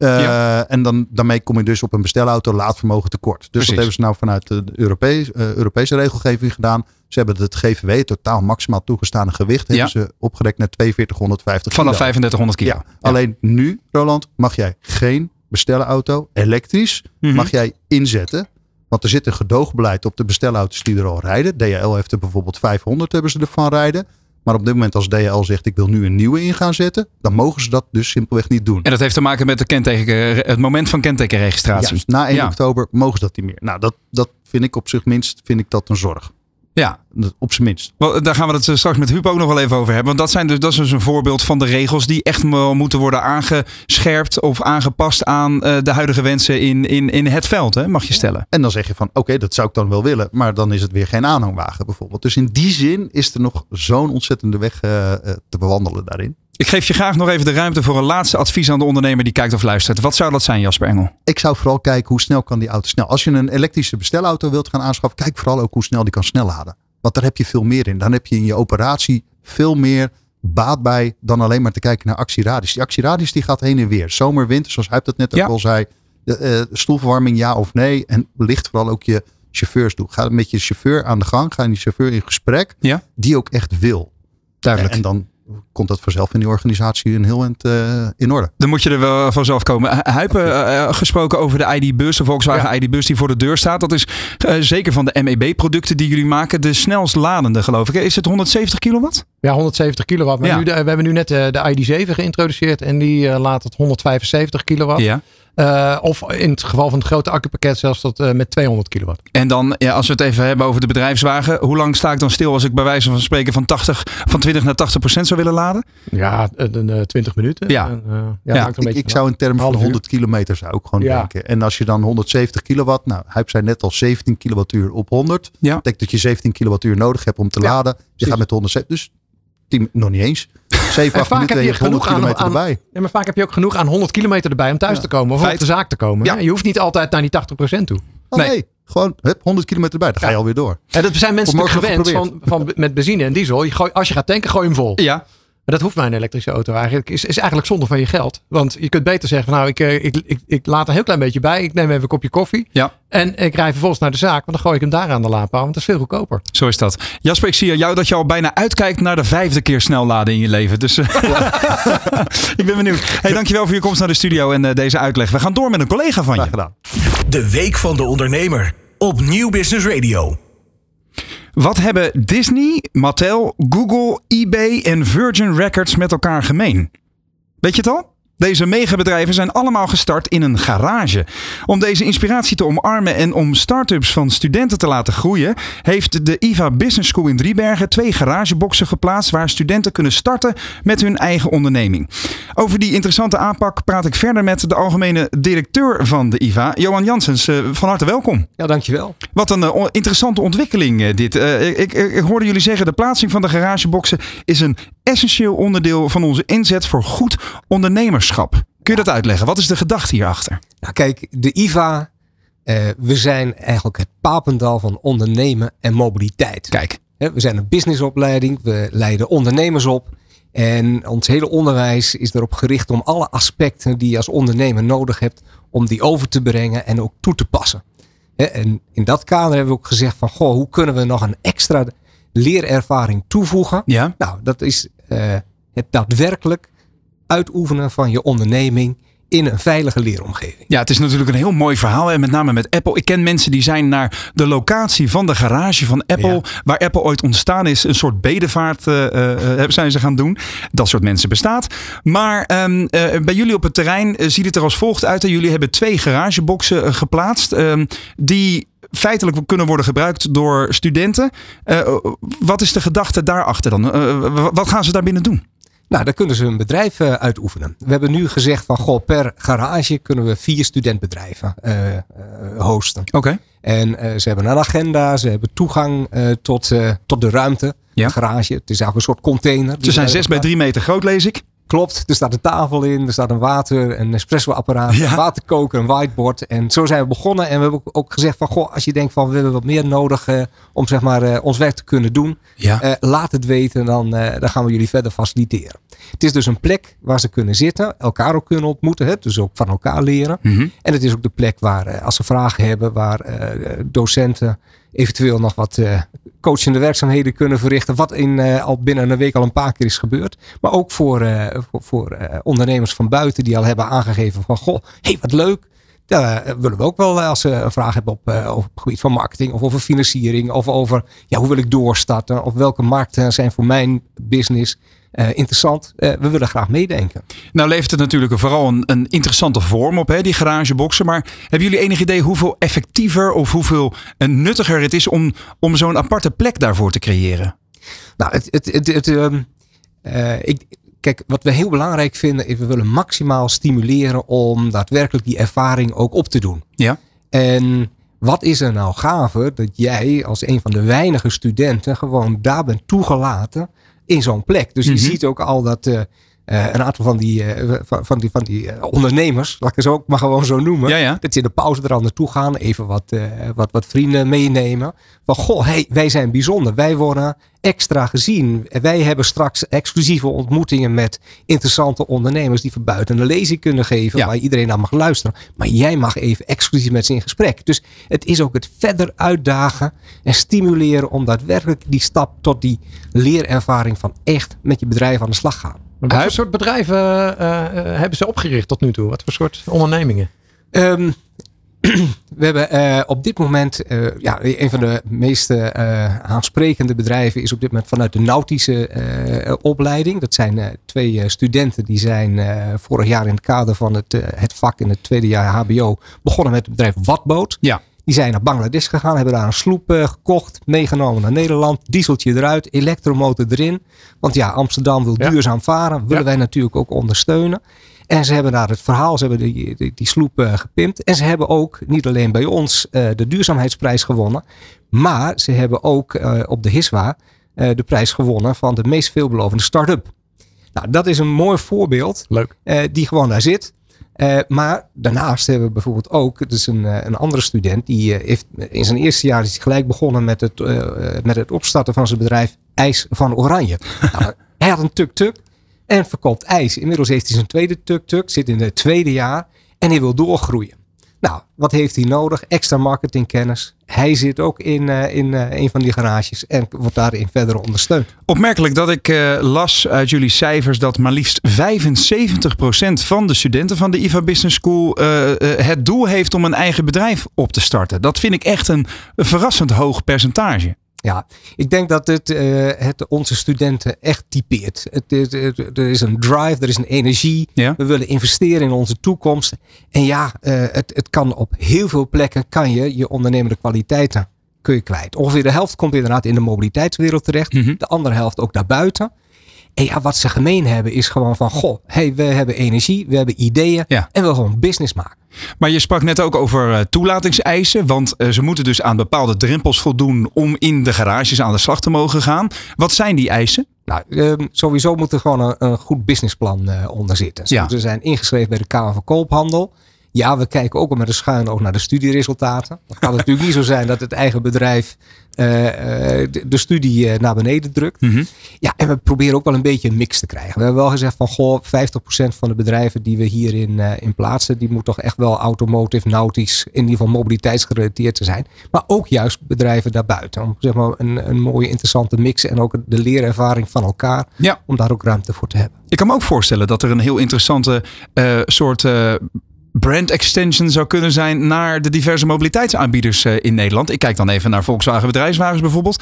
En daarmee kom je dus op een bestelauto laadvermogen tekort. Dus Precies. Dat hebben ze nou vanuit de Europese regelgeving gedaan. Ze hebben het GVW, totaal maximaal toegestane gewicht, hebben ze opgerekt naar 4250 kilo. Vanaf 3500 kilo. Ja. Alleen nu, Roland, mag jij geen bestelauto elektrisch mag jij inzetten. Want er zit een gedoogbeleid op de bestelauto's die er al rijden. DHL heeft er bijvoorbeeld 500 hebben ze ervan rijden. Maar op dit moment als DHL zegt ik wil nu een nieuwe in gaan zetten, dan mogen ze dat dus simpelweg niet doen. En dat heeft te maken met het moment van kentekenregistratie. Juist, na 1 oktober mogen ze dat niet meer. Nou, dat vind ik op zich minst dat een zorg. Ja. Op zijn minst. Daar gaan we het straks met Huub ook nog wel even over hebben. Want dat is dus een voorbeeld van de regels die echt moeten worden aangescherpt of aangepast aan de huidige wensen in het veld, hè, mag je stellen. En dan zeg je van oké, dat zou ik dan wel willen, maar dan is het weer geen aanhangwagen bijvoorbeeld. Dus in die zin is er nog zo'n ontzettende weg te bewandelen daarin. Ik geef je graag nog even de ruimte voor een laatste advies aan de ondernemer die kijkt of luistert. Wat zou dat zijn, Jasper Engel? Ik zou vooral kijken hoe snel kan die auto snel. Als je een elektrische bestelauto wilt gaan aanschaffen, kijk vooral ook hoe snel die kan snel laden. Want daar heb je veel meer in. Dan heb je in je operatie veel meer baat bij dan alleen maar te kijken naar actieradius. Die actieradius die gaat heen en weer. Zomer, winter, zoals Huib dat net ook al zei. Stoelverwarming ja of nee. En wellicht vooral ook je chauffeurs doen. Ga met je chauffeur aan de gang. Ga met die chauffeur in gesprek. Ja? Die ook echt wil. Duidelijk. En dan komt dat vanzelf in die organisatie in orde. Dan moet je er wel vanzelf komen. Huib, gesproken over de ID-bus, de Volkswagen ID-bus die voor de deur staat. Dat is zeker van de MEB-producten die jullie maken de snelst ladende, geloof ik. Is het 170 kilowatt? Ja, 170 kilowatt. Maar we hebben nu net de ID7 geïntroduceerd en die laat het 175 kilowatt. Ja. Of in het geval van het grote accupakket zelfs tot met 200 kilowatt. En dan, als we het even hebben over de bedrijfswagen. Hoe lang sta ik dan stil als ik bij wijze van spreken van 20 naar 80% zou willen laden? Ja, 20 minuten. Ja. Ik zou in termen van 100 kilometer zou ik gewoon denken. En als je dan 170 kilowatt. Nou, Huib zei net al 17 kilowattuur op 100. Ja. Dat betekent dat je 17 kilowattuur nodig hebt om te laden. Je gaat met 170. Dus nog niet eens. 7, 8 minuten en je hebt 100 kilometer erbij. Ja, maar vaak heb je ook genoeg aan 100 kilometer erbij om thuis te komen. Of op de zaak te komen. Ja. Je hoeft niet altijd naar die 80% toe. Nee. Gewoon 100 kilometer erbij. Dan ga je alweer door. Ja, dat zijn mensen gewend van met benzine en diesel. Als je gaat tanken, gooi hem vol. Ja. Maar dat hoeft bij een elektrische auto eigenlijk. Is eigenlijk zonde van je geld. Want je kunt beter zeggen van ik laat een heel klein beetje bij. Ik neem even een kopje koffie. Ja. En ik rij vervolgens naar de zaak. Want dan gooi ik hem daar aan de laadpaal. Want dat is veel goedkoper. Zo is dat. Jasper, ik zie aan jou dat je al bijna uitkijkt naar de 5e keer snel laden in je leven. Dus ik ben benieuwd. Hey, dankjewel voor je komst naar de studio en deze uitleg. We gaan door met een collega van je. Gedaan. De Week van de Ondernemer op Nieuw Business Radio. Wat hebben Disney, Mattel, Google, eBay en Virgin Records met elkaar gemeen? Weet je het al? Deze megabedrijven zijn allemaal gestart in een garage. Om deze inspiratie te omarmen en om start-ups van studenten te laten groeien, heeft de IVA Business School in Driebergen 2 garageboxen geplaatst waar studenten kunnen starten met hun eigen onderneming. Over die interessante aanpak praat ik verder met de algemene directeur van de IVA, Johan Janssens. Van harte welkom. Ja, dankjewel. Wat een interessante ontwikkeling dit. Ik hoorde jullie zeggen, de plaatsing van de garageboxen is een essentieel onderdeel van onze inzet voor goed ondernemerschap. Kun je dat uitleggen? Wat is de gedachte hierachter? Nou kijk, de IVA, we zijn eigenlijk het papendal van ondernemen en mobiliteit. Kijk. We zijn een businessopleiding, we leiden ondernemers op. En ons hele onderwijs is erop gericht om alle aspecten die je als ondernemer nodig hebt, om die over te brengen en ook toe te passen. En in dat kader hebben we ook gezegd van, hoe kunnen we nog een extra leerervaring toevoegen? Ja. Nou, dat is het daadwerkelijk uitoefenen van je onderneming in een veilige leeromgeving. Ja, het is natuurlijk een heel mooi verhaal. En met name met Apple. Ik ken mensen die zijn naar de locatie van de garage van Apple. Ja. Waar Apple ooit ontstaan is. Een soort bedevaart zijn ze gaan doen. Dat soort mensen bestaat. Maar bij jullie op het terrein ziet het er als volgt uit. Jullie hebben 2 garageboxen geplaatst. Die feitelijk kunnen worden gebruikt door studenten. Wat is de gedachte daarachter dan? Wat gaan ze daar binnen doen? Nou, daar kunnen ze een bedrijf uitoefenen. We hebben nu gezegd van per garage kunnen we 4 studentbedrijven hosten. Oké. En ze hebben een agenda, ze hebben toegang tot de ruimte, de garage. Het is eigenlijk een soort container. Ze zijn 6 bij 3 meter groot, lees ik. Klopt, er staat een tafel in, er staat een espresso-apparaat, een waterkoker, een whiteboard. En zo zijn we begonnen. En we hebben ook gezegd van, als je denkt van we hebben wat meer nodig om zeg maar ons werk te kunnen doen. Ja. Laat het weten, dan gaan we jullie verder faciliteren. Het is dus een plek waar ze kunnen zitten, elkaar ook kunnen ontmoeten. Dus ook van elkaar leren. Mm-hmm. En het is ook de plek waar als ze vragen hebben, waar docenten eventueel nog wat coachende werkzaamheden kunnen verrichten. Wat al binnen een week al een paar keer is gebeurd. Maar ook voor ondernemers van buiten die al hebben aangegeven van wat leuk. Daar willen we ook wel, als ze een vraag hebben over het gebied van marketing of over financiering of over hoe wil ik doorstarten of welke markten zijn voor mijn business interessant. We willen graag meedenken. Nou levert het natuurlijk vooral een interessante vorm op, die garageboxen. Maar hebben jullie enig idee hoeveel effectiever of hoeveel nuttiger het is om zo'n aparte plek daarvoor te creëren? Nou, kijk, wat we heel belangrijk vinden is we willen maximaal stimuleren om daadwerkelijk die ervaring ook op te doen. Ja. En wat is er nou gaver dat jij als een van de weinige studenten gewoon daar bent toegelaten in zo'n plek. Dus je ziet ook al dat een aantal van die ondernemers, laat ik het ook maar gewoon zo noemen, dat ze in de pauze er al naartoe gaan, even wat vrienden meenemen. Van goh, wij zijn bijzonder. Wij worden extra gezien. Wij hebben straks exclusieve ontmoetingen met interessante ondernemers die van buiten een lezing kunnen geven, waar iedereen naar mag luisteren. Maar jij mag even exclusief met ze in gesprek. Dus het is ook het verder uitdagen en stimuleren om daadwerkelijk die stap tot die leerervaring van echt met je bedrijf aan de slag gaan. Wat voor soort bedrijven hebben ze opgericht tot nu toe? Wat voor soort ondernemingen? We hebben op dit moment, een van de meest aansprekende bedrijven is op dit moment vanuit de nautische opleiding. Dat zijn 2 studenten die zijn vorig jaar in het kader van het vak in het tweede jaar HBO begonnen met het bedrijf Watboot. Ja. Die zijn naar Bangladesh gegaan, hebben daar een sloep gekocht, meegenomen naar Nederland, dieseltje eruit, elektromotor erin. Want Amsterdam wil duurzaam varen, willen wij natuurlijk ook ondersteunen. En ze hebben daar het verhaal, ze hebben die sloep gepimpt. En ze hebben ook niet alleen bij ons de duurzaamheidsprijs gewonnen, maar ze hebben ook op de HISWA de prijs gewonnen van de meest veelbelovende start-up. Nou, dat is een mooi voorbeeld. Leuk. Die gewoon daar zit. Maar daarnaast hebben we bijvoorbeeld ook, dus een andere student, die heeft in zijn eerste jaar is gelijk begonnen met het opstarten van zijn bedrijf IJs van Oranje. Nou, hij had een tuk-tuk en verkoopt ijs. Inmiddels heeft hij zijn tweede tuk-tuk, zit in het tweede jaar en hij wil doorgroeien. Nou, wat heeft hij nodig? Extra marketingkennis. Hij zit ook in een van die garages en wordt daarin verder ondersteund. Opmerkelijk dat ik las uit jullie cijfers dat maar liefst 75% van de studenten van de IVA Business School het doel heeft om een eigen bedrijf op te starten. Dat vind ik echt een verrassend hoog percentage. Ja, ik denk dat het onze studenten echt typeert. Er is een drive, er is een energie. Ja. We willen investeren in onze toekomst. En het kan op heel veel plekken kan je ondernemende kwaliteiten kun je kwijt. Ongeveer de helft komt inderdaad in de mobiliteitswereld terecht. Mm-hmm. De andere helft ook daarbuiten. En wat ze gemeen hebben is gewoon van we hebben energie, we hebben ideeën en we willen gewoon business maken. Maar je sprak net ook over toelatingseisen, want ze moeten dus aan bepaalde drempels voldoen om in de garages aan de slag te mogen gaan. Wat zijn die eisen? Nou, sowieso moet er gewoon een goed businessplan onder zitten. Ze zijn ingeschreven bij de Kamer van Koophandel. Ja, we kijken ook al met een schuin oog naar de studieresultaten. Het kan natuurlijk niet zo zijn dat het eigen bedrijf de studie naar beneden drukt. Mm-hmm. Ja, en we proberen ook wel een beetje een mix te krijgen. We hebben wel gezegd van 50% van de bedrijven die we hierin in plaatsen, die moet toch echt wel automotive, nautisch, in ieder geval mobiliteitsgerelateerd te zijn. Maar ook juist bedrijven daarbuiten. Om zeg maar een mooie interessante mix en ook de leerervaring van elkaar. Ja. Om daar ook ruimte voor te hebben. Ik kan me ook voorstellen dat er een heel interessante soort brand extension zou kunnen zijn naar de diverse mobiliteitsaanbieders in Nederland. Ik kijk dan even naar Volkswagen Bedrijfswagens bijvoorbeeld.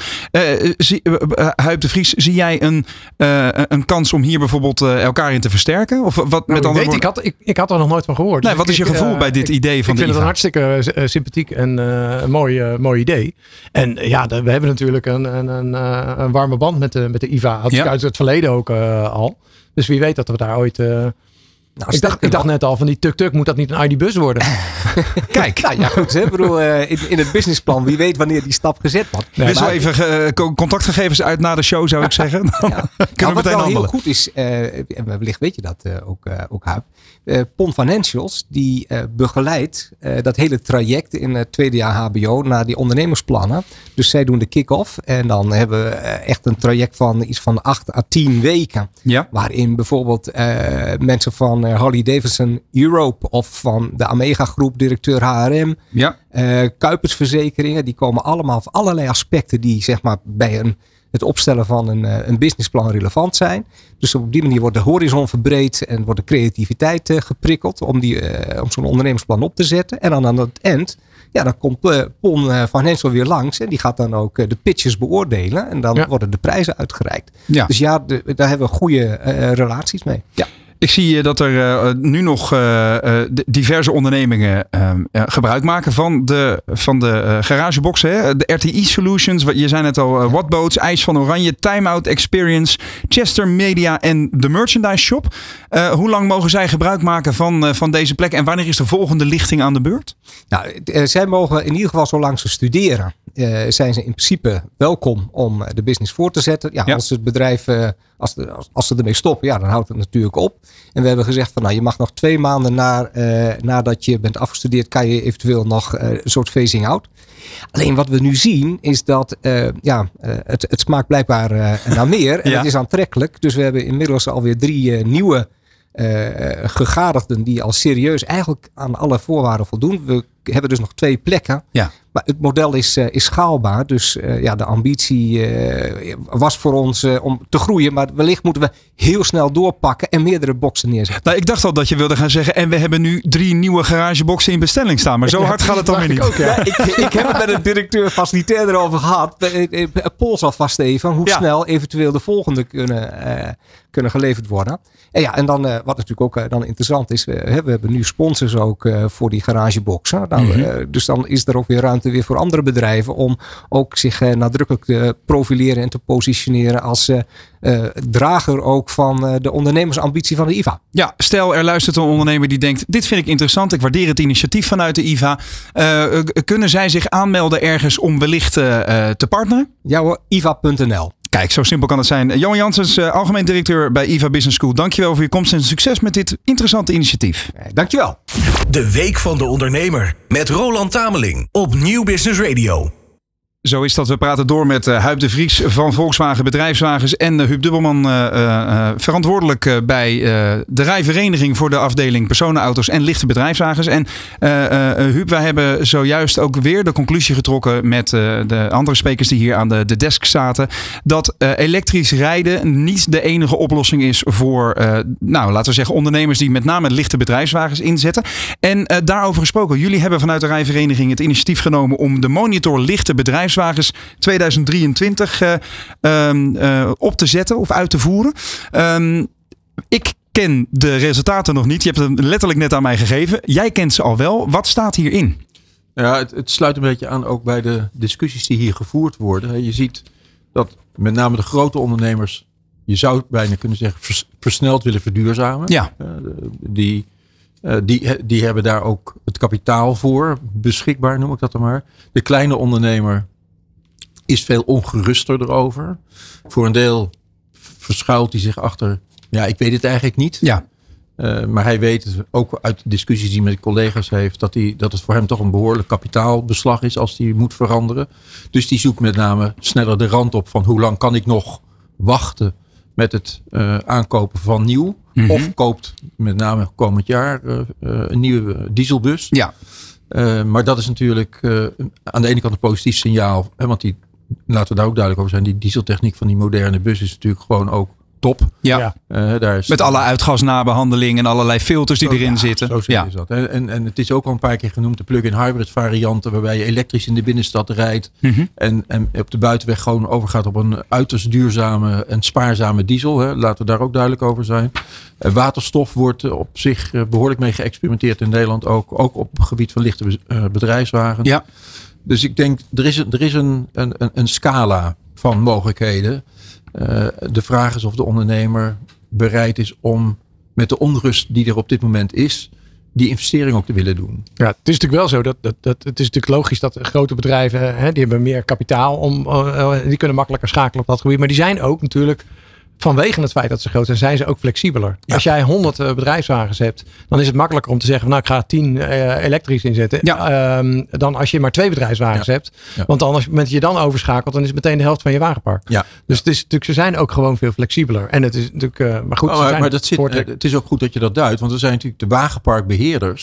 Huib de Vries, zie jij een kans om hier bijvoorbeeld elkaar in te versterken? Of wat met andere woorden? Ik had er nog nooit van gehoord. Nee, dus wat is je gevoel bij dit idee van de IVA? Ik vind het een hartstikke sympathiek en een mooi idee. En we hebben natuurlijk een warme band met de IVA. Had ik uit het verleden ook al. Dus wie weet dat we daar ooit... ik dacht net al van die tuk-tuk, moet dat niet een ID-bus worden? Kijk. Goed. Hè? Ik bedoel, in het businessplan, wie weet wanneer die stap gezet wordt. Nee, wissel even contactgegevens uit na de show, zou ik zeggen. Dan kunnen we meteen handelen. Wat wel heel goed is, en wellicht weet je dat ook Huib. Pond Financials, die begeleidt dat hele traject in het tweede jaar HBO naar die ondernemersplannen. Dus zij doen de kick-off en dan hebben we echt een traject van iets van 8 à 10 weken. Ja. Waarin bijvoorbeeld mensen van Harley Davidson Europe of van de Amega Groep, directeur HRM, Kuipers Verzekeringen, die komen allemaal van allerlei aspecten die zeg maar bij het opstellen van een businessplan relevant zijn. Dus op die manier wordt de horizon verbreed en wordt de creativiteit geprikkeld om zo'n ondernemersplan op te zetten. En dan aan het eind, dan komt Pon van Hensel weer langs en die gaat dan ook de pitches beoordelen en dan worden de prijzen uitgereikt. Ja. Dus daar hebben we goede relaties mee. Ja. Ik zie dat er nu nog diverse ondernemingen gebruik maken van de garageboxen. Hè? De RTI Solutions, je zei net al, Wattboats, IJs van Oranje, Time Out Experience, Chester Media en de Merchandise Shop. Hoe lang mogen zij gebruik maken van deze plek en wanneer is de volgende lichting aan de beurt? Nou, zij mogen in ieder geval zolang ze studeren, zijn ze in principe welkom om de business voor te zetten. Ja. Als het bedrijf, als ze ermee stoppen, dan houdt het natuurlijk op. En we hebben gezegd van je mag nog 2 maanden nadat je bent afgestudeerd, kan je eventueel nog een soort phasing out. Alleen wat we nu zien is dat het smaakt blijkbaar naar meer en het is aantrekkelijk. Dus we hebben inmiddels alweer 3 nieuwe gegadigden die al serieus eigenlijk aan alle voorwaarden voldoen. We hebben dus nog 2 plekken. Ja. Maar het model is schaalbaar. Dus de ambitie was voor ons om te groeien. Maar wellicht moeten we heel snel doorpakken en meerdere boxen neerzetten. Nou, ik dacht al dat je wilde gaan zeggen en we hebben nu 3 nieuwe garageboxen in bestelling staan. Maar zo hard gaat het dan weer niet. Ook, ik heb het met de directeur facilitair erover gehad. Pols alvast even hoe snel eventueel de volgende kunnen geleverd worden. En dan wat natuurlijk ook dan interessant is. We hebben nu sponsors ook voor die garageboxen. Dus dan is er ook weer ruimte weer voor andere bedrijven om ook zich nadrukkelijk te profileren en te positioneren als drager ook van de ondernemersambitie van de IVA. Ja, stel er luistert een ondernemer die denkt, dit vind ik interessant, ik waardeer het initiatief vanuit de IVA. Kunnen zij zich aanmelden ergens om wellicht te partneren? Ja hoor, iva.nl. Kijk, zo simpel kan het zijn. Johan Janssens, algemeen directeur bij IVA Business School. Dankjewel voor je komst en succes met dit interessante initiatief. Dankjewel. De Week van de Ondernemer met Roland Tameling op Nieuw Business Radio. Zo is dat. We praten door met Huub de Vries van Volkswagen Bedrijfswagens en Huub Dubbelman, verantwoordelijk bij de rijvereniging voor de afdeling personenauto's en lichte bedrijfswagens. En Huub, wij hebben zojuist ook weer de conclusie getrokken met de andere sprekers die hier aan de desk zaten, dat elektrisch rijden niet de enige oplossing is voor, laten we zeggen, ondernemers die met name lichte bedrijfswagens inzetten. En daarover gesproken, jullie hebben vanuit de rijvereniging het initiatief genomen om de monitor lichte bedrijfswagens 2023 op te zetten of uit te voeren. Ik ken de resultaten nog niet. Je hebt het letterlijk net aan mij gegeven. Jij kent ze al wel. Wat staat hierin? Ja, het sluit een beetje aan ook bij de discussies die hier gevoerd worden. Je ziet dat met name de grote ondernemers, je zou bijna kunnen zeggen, versneld willen verduurzamen. Ja. Die hebben daar ook het kapitaal voor beschikbaar, noem ik dat dan maar. De kleine ondernemer is veel ongeruster erover. Voor een deel verschuilt hij zich achter, ik weet het eigenlijk niet. Ja. Maar hij weet het ook uit discussies die met collega's heeft, dat het voor hem toch een behoorlijk kapitaalbeslag is als die moet veranderen. Dus die zoekt met name sneller de rand op van hoe lang kan ik nog wachten met het aankopen van nieuw. Mm-hmm. Of koopt met name komend jaar een nieuwe dieselbus. Ja. Maar dat is natuurlijk aan de ene kant een positief signaal. Hè, want laten we daar ook duidelijk over zijn. Die dieseltechniek van die moderne bus is natuurlijk gewoon ook top. Ja. Daar is, met alle uitgasnabehandeling en allerlei filters die erin zitten. Zo is dat. En het is ook al een paar keer genoemd de plug-in hybrid varianten waarbij je elektrisch in de binnenstad rijdt. Mm-hmm. En op de buitenweg gewoon overgaat op een uiterst duurzame en spaarzame diesel. Hè. Laten we daar ook duidelijk over zijn. Waterstof wordt op zich behoorlijk mee geëxperimenteerd in Nederland. Ook op het gebied van lichte bedrijfswagens. Ja. Dus ik denk, er is een scala van mogelijkheden. De vraag is of de ondernemer bereid is om met de onrust die er op dit moment is, die investering ook te willen doen. Ja, het is natuurlijk wel zo dat het is natuurlijk logisch dat grote bedrijven, die hebben meer kapitaal die kunnen makkelijker schakelen op dat gebied. Maar die zijn ook natuurlijk, vanwege het feit dat ze groot zijn ze ook flexibeler. Ja. Als jij 100 bedrijfswagens hebt, dan is het makkelijker om te zeggen, ik ga 10 elektrisch inzetten. Ja. Dan als je maar 2 bedrijfswagens hebt. Ja. Want dan, als je dan overschakelt, dan is het meteen de helft van je wagenpark. Ja. Dus het is natuurlijk, ze zijn ook gewoon veel flexibeler. En het is natuurlijk, maar goed. Het is ook goed dat je dat duidt. Want er zijn natuurlijk de wagenparkbeheerders.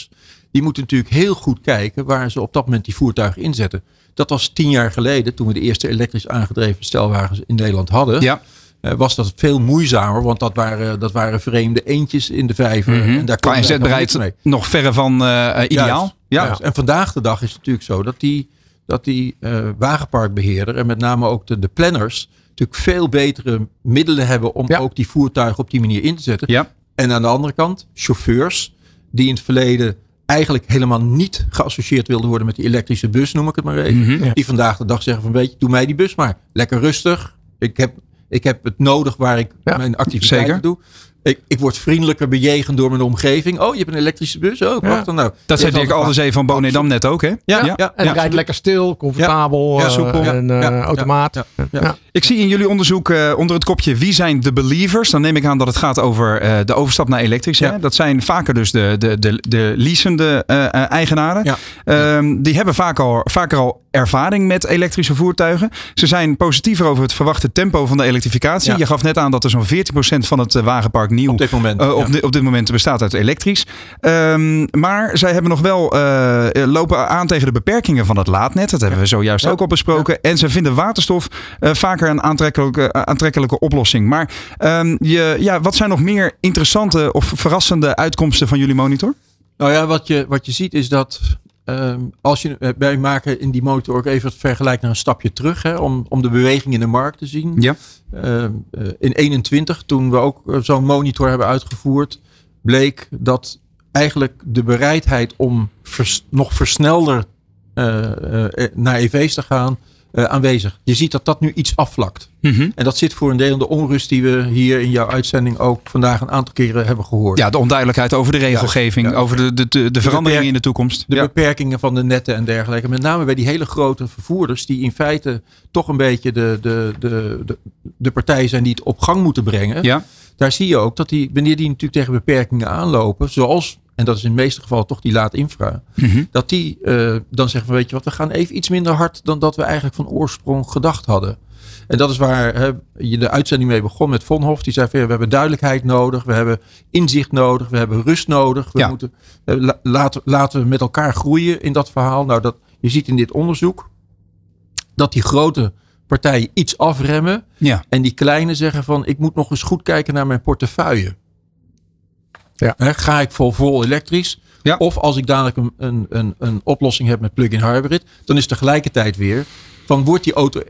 die moeten natuurlijk heel goed kijken waar ze op dat moment die voertuigen inzetten. Dat was 10 jaar geleden, toen we de eerste elektrisch aangedreven stelwagens in Nederland hadden. Ja. Was dat veel moeizamer, want dat waren vreemde eendjes in de vijver. Mm-hmm. En daar qua inzetbaarheid nog verre van ideaal. Ja. En vandaag de dag is het natuurlijk zo dat die wagenparkbeheerder en met name ook de planners natuurlijk veel betere middelen hebben om ook die voertuigen op die manier in te zetten. Ja. En aan de andere kant, chauffeurs die in het verleden eigenlijk helemaal niet geassocieerd wilden worden met die elektrische bus, noem ik het maar even. Mm-hmm. Die vandaag de dag zeggen van weet je, doe mij die bus maar. Lekker rustig. Ik heb het nodig waar ik mijn activiteiten doe. Ik word vriendelijker bejegend door mijn omgeving. Oh, je hebt een elektrische bus? Oh, prachtig. Nou, dat zei Dirk Alderzee van Bonedam net ook, hè? Ja. En het rijdt lekker stil, comfortabel, soepel en automaat. Ja. Ik zie in jullie onderzoek onder het kopje wie zijn de believers? Dan neem ik aan dat het gaat over de overstap naar elektrisch. Ja. Hè? Dat zijn vaker dus de leasende eigenaren. Ja. Die hebben vaker al ervaring met elektrische voertuigen. Ze zijn positiever over het verwachte tempo van de elektrificatie. Ja. Je gaf net aan dat er zo'n 14% van het wagenpark nieuw op dit moment bestaat uit elektrisch. Maar zij hebben nog wel lopen aan tegen de beperkingen van het laadnet. Dat hebben we zojuist ook al besproken. Ja. En ze vinden waterstof vaker een aantrekkelijke oplossing. Maar wat zijn nog meer interessante of verrassende uitkomsten van jullie monitor? Nou ja, wat je ziet is dat wij maken in die monitor ook even het vergelijk naar een stapje terug. Hè, om de beweging in de markt te zien. Ja. In 2021, toen we ook zo'n monitor hebben uitgevoerd, bleek dat eigenlijk de bereidheid om nog versnelder naar EV's te gaan aanwezig. Je ziet dat nu iets afvlakt. Mm-hmm. En dat zit voor een deel in de onrust die we hier in jouw uitzending ook vandaag een aantal keren hebben gehoord. Ja, de onduidelijkheid over de regelgeving, over de veranderingen in de toekomst. De beperkingen van de netten en dergelijke. Met name bij die hele grote vervoerders die in feite toch een beetje de partijen zijn die het op gang moeten brengen. Ja. Daar zie je ook dat wanneer die natuurlijk tegen beperkingen aanlopen, zoals, en dat is in de meeste gevallen toch die laad infra, dat die dan zeggen van weet je wat, we gaan even iets minder hard dan dat we eigenlijk van oorsprong gedacht hadden. En dat is waar je de uitzending mee begon met Vonhoff. Die zei van we hebben duidelijkheid nodig, we hebben inzicht nodig, we hebben rust nodig. We moeten, laten we met elkaar groeien in dat verhaal. Nou, je ziet in dit onderzoek dat die grote partijen iets afremmen. Ja. En die kleine zeggen van ik moet nog eens goed kijken naar mijn portefeuille. Ja. Ga ik vol elektrisch? Ja. Of als ik dadelijk een oplossing heb met plug-in hybrid, dan is tegelijkertijd weer van wordt die auto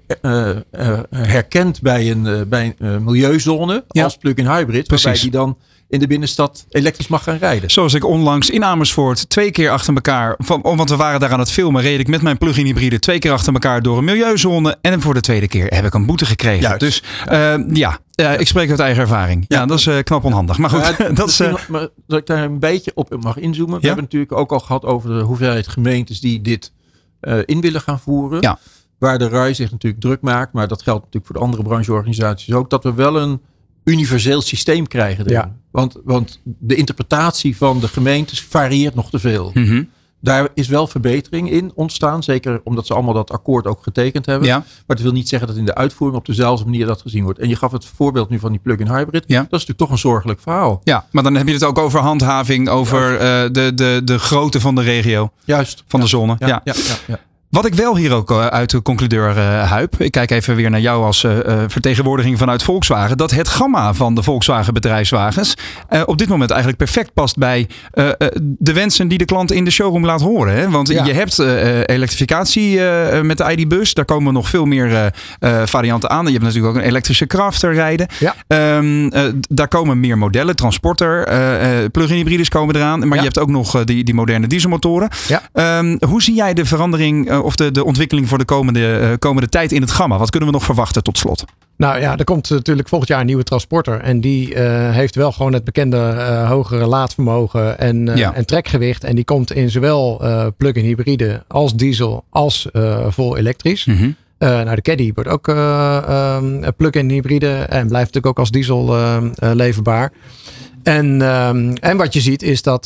herkend bij een milieuzone als plug-in hybrid, waarbij die dan in de binnenstad elektrisch mag gaan rijden. Zoals ik onlangs in Amersfoort 2 keer achter elkaar, want we waren daar aan het filmen, reed ik met mijn plug-in hybride 2 keer achter elkaar door een milieuzone en voor de 2e keer heb ik een boete gekregen. Juist. Dus ik spreek uit eigen ervaring. Ja, dat is knap onhandig. Maar goed, dat ik daar een beetje op mag inzoomen. We hebben natuurlijk ook al gehad over de hoeveelheid gemeentes die dit in willen gaan voeren. Ja. Waar de RAI zich natuurlijk druk maakt, maar dat geldt natuurlijk voor de andere brancheorganisaties ook, dat we wel een universeel systeem krijgen. Ja. Want de interpretatie van de gemeentes varieert nog te veel. Mm-hmm. Daar is wel verbetering in ontstaan. Zeker omdat ze allemaal dat akkoord ook getekend hebben. Ja. Maar dat wil niet zeggen dat in de uitvoering op dezelfde manier dat gezien wordt. En je gaf het voorbeeld nu van die plug-in hybrid. Ja. Dat is natuurlijk toch een zorgelijk verhaal. Ja, maar dan heb je het ook over handhaving. Over de grootte van de regio. Juist. Van de zone. Ja. Wat ik wel hier ook uit de concludeur, Huib. Ik kijk even weer naar jou als vertegenwoordiging vanuit Volkswagen. Dat het gamma van de Volkswagen bedrijfswagens op dit moment eigenlijk perfect past bij de wensen die de klant in de showroom laat horen. Hè? Want je hebt elektrificatie met de ID-bus. Daar komen nog veel meer varianten aan. Je hebt natuurlijk ook een elektrische crafter rijden. Ja. Daar komen meer modellen. Transporter, plug-in hybrides komen eraan. Maar je hebt ook nog die moderne dieselmotoren. Ja. Hoe zie jij de verandering of de ontwikkeling voor de komende tijd in het gamma? Wat kunnen we nog verwachten tot slot? Nou ja, er komt natuurlijk volgend jaar een nieuwe transporter. En die heeft wel gewoon het bekende hogere laadvermogen en trekgewicht. En die komt in zowel plug-in hybride als diesel als vol elektrisch. Mm-hmm. De Caddy wordt ook plug-in hybride en blijft natuurlijk ook als diesel leverbaar. En wat je ziet is dat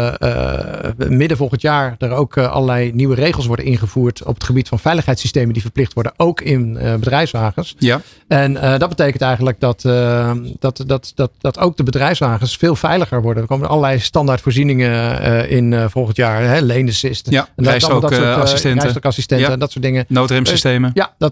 midden volgend jaar er ook allerlei nieuwe regels worden ingevoerd op het gebied van veiligheidssystemen die verplicht worden, ook in bedrijfswagens. Ja. En dat betekent eigenlijk dat ook de bedrijfswagens veel veiliger worden. Er komen allerlei standaardvoorzieningen in volgend jaar. Lane assist. Ja, rijstookassistenten. En dat soort dingen. Noodremsystemen.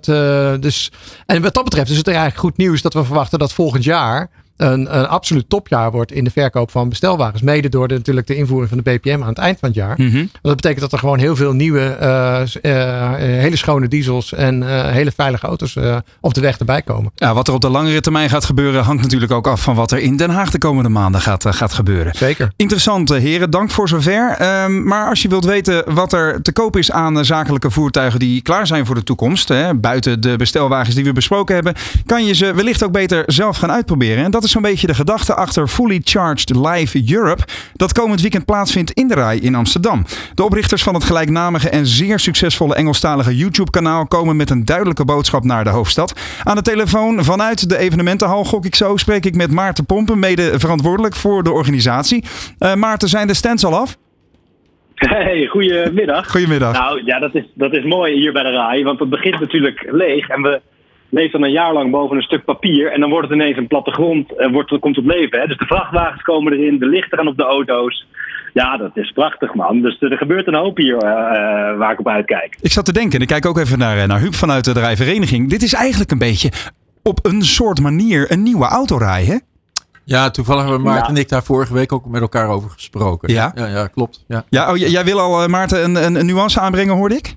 En wat dat betreft is het eigenlijk goed nieuws dat we verwachten dat volgend jaar een absoluut topjaar wordt in de verkoop van bestelwagens. Mede door natuurlijk de invoering van de BPM aan het eind van het jaar. Mm-hmm. Dat betekent dat er gewoon heel veel nieuwe, hele schone diesels en hele veilige auto's op de weg erbij komen. Ja, wat er op de langere termijn gaat gebeuren hangt natuurlijk ook af van wat er in Den Haag de komende maanden gaat gebeuren. Zeker. Interessant, heren. Dank voor zover. Maar als je wilt weten wat er te koop is aan zakelijke voertuigen die klaar zijn voor de toekomst, buiten de bestelwagens die we besproken hebben, kan je ze wellicht ook beter zelf gaan uitproberen. En dat is zo'n beetje de gedachte achter Fully Charged Live Europe, dat komend weekend plaatsvindt in de RAI in Amsterdam. De oprichters van het gelijknamige en zeer succesvolle Engelstalige YouTube-kanaal komen met een duidelijke boodschap naar de hoofdstad. Aan de telefoon vanuit de evenementenhal, gok ik zo, spreek ik met Maarten Pompen, mede verantwoordelijk voor de organisatie. Maarten, zijn de stands al af? Hey, goedemiddag. Goedemiddag. Nou ja, dat is mooi hier bij de RAI, want het begint natuurlijk leeg en we leeft dan een jaar lang boven een stuk papier en dan wordt het ineens een plattegrond, komt tot leven. Hè? Dus de vrachtwagens komen erin, de lichten gaan op de auto's. Ja, dat is prachtig, man. Dus er gebeurt een hoop hier waar ik op uitkijk. Ik zat te denken, en ik kijk ook even naar Huub vanuit de rijvereniging. Dit is eigenlijk een beetje op een soort manier een nieuwe autorij, hè? Ja, toevallig hebben Maarten en ik daar vorige week ook met elkaar over gesproken. Ja, klopt. Ja, jij wil al, Maarten, een nuance aanbrengen, hoorde ik?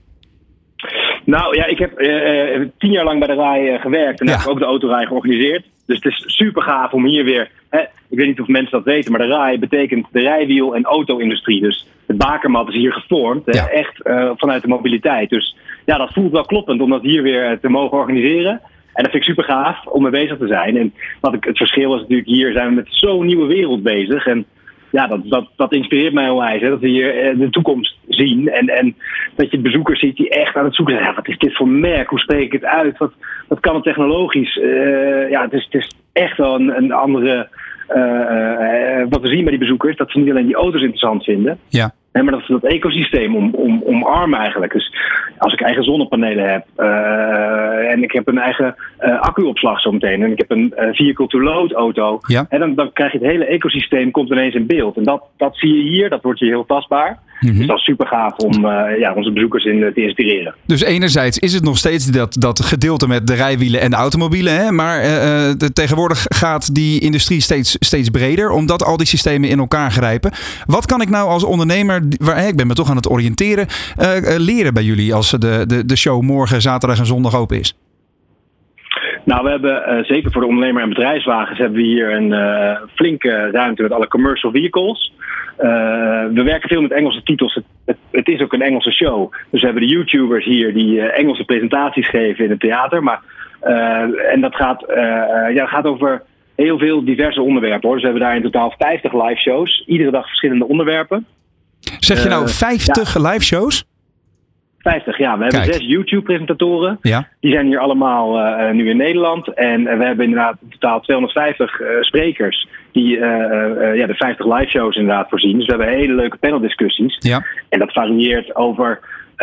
Nou ja, ik heb 10 jaar lang bij de RAI gewerkt en heb ik ook de autorij georganiseerd. Dus het is super gaaf om hier weer, ik weet niet of mensen dat weten, maar de RAI betekent de rijwiel- en auto-industrie. Dus de bakermat is hier gevormd, echt vanuit de mobiliteit. Dus ja, dat voelt wel kloppend om dat hier weer te mogen organiseren. En dat vind ik super gaaf om mee bezig te zijn. En het verschil is natuurlijk, hier zijn we met zo'n nieuwe wereld bezig. En ja, dat inspireert mij onwijs. Hè? Dat we hier de toekomst zien. En dat je bezoekers ziet die echt aan het zoeken zijn. Ja, wat is dit voor merk? Hoe spreek ik het uit? Wat kan het technologisch? Het is echt wel een andere... wat we zien bij die bezoekers, dat ze niet alleen die auto's interessant vinden. Ja. Maar dat ze dat ecosysteem omarmen eigenlijk. Dus als ik eigen zonnepanelen heb en ik heb een eigen accuopslag zometeen en ik heb een vehicle-to-load auto, dan krijg je het hele ecosysteem komt ineens in beeld. En dat zie je hier, dat wordt hier heel tastbaar. Mm-hmm. Dus dat is super gaaf om onze bezoekers te inspireren. Dus enerzijds is het nog steeds dat gedeelte met de rijwielen en de automobielen. Hè? Maar tegenwoordig gaat die industrie steeds breder, omdat al die systemen in elkaar grijpen. Wat kan ik nou als ondernemer, ik ben me toch aan het oriënteren, leren bij jullie als de show morgen, zaterdag en zondag open is? Nou, we hebben zeker voor de ondernemer en bedrijfswagens hebben we hier een flinke ruimte met alle commercial vehicles. We werken veel met Engelse titels. Het is ook een Engelse show. Dus we hebben de YouTubers hier die Engelse presentaties geven in het theater. Maar, en dat gaat over heel veel diverse onderwerpen, hoor. Dus we hebben daar in totaal 50 live shows. Iedere dag verschillende onderwerpen. Zeg je nou 50 live shows? 50, ja. We hebben 6 YouTube-presentatoren. Ja. Die zijn hier allemaal nu in Nederland. En we hebben inderdaad in totaal 250 sprekers die de 50 live shows inderdaad voorzien. Dus we hebben hele leuke paneldiscussies. Ja. En dat varieert over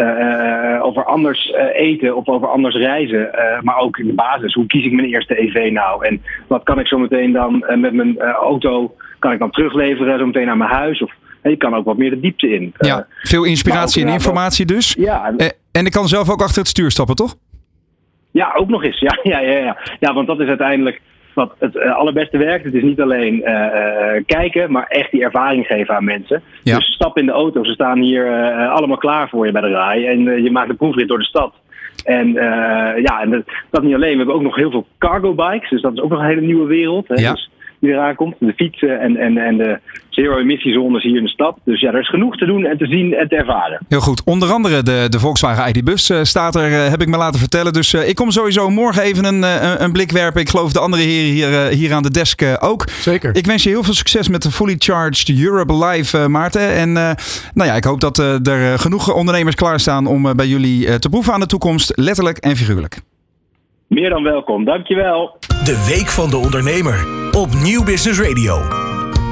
anders eten of over anders reizen. Maar ook in de basis. Hoe kies ik mijn eerste EV nou? En wat kan ik zo meteen dan met mijn auto kan ik dan terugleveren zo meteen naar mijn huis? Of je kan ook wat meer de diepte in. Veel inspiratie en informatie dus. Ja. En ik kan zelf ook achter het stuur stappen, toch? Ja, ook nog eens. Ja, want dat is uiteindelijk wat het allerbeste werkt. Het is niet alleen kijken, maar echt die ervaring geven aan mensen. Ja. Dus stap in de auto. Ze staan hier allemaal klaar voor je bij de RAI. En je maakt een proefrit door de stad. En dat niet alleen. We hebben ook nog heel veel cargo bikes. Dus dat is ook nog een hele nieuwe wereld. Hè? Ja. Dus die eraan komt. De fietsen en de zero-emissiezones hier in de stad. Dus ja, er is genoeg te doen en te zien en te ervaren. Heel goed. Onder andere de Volkswagen ID-bus staat er, heb ik me laten vertellen. Dus ik kom sowieso morgen even een blik werpen. Ik geloof de andere heren hier aan de desk ook. Zeker. Ik wens je heel veel succes met de Fully Charged Europe Live, Maarten. En ik hoop dat er genoeg ondernemers klaarstaan om bij jullie te proeven aan de toekomst. Letterlijk en figuurlijk. Meer dan welkom. Dankjewel. De Week van de Ondernemer op Nieuw Business Radio.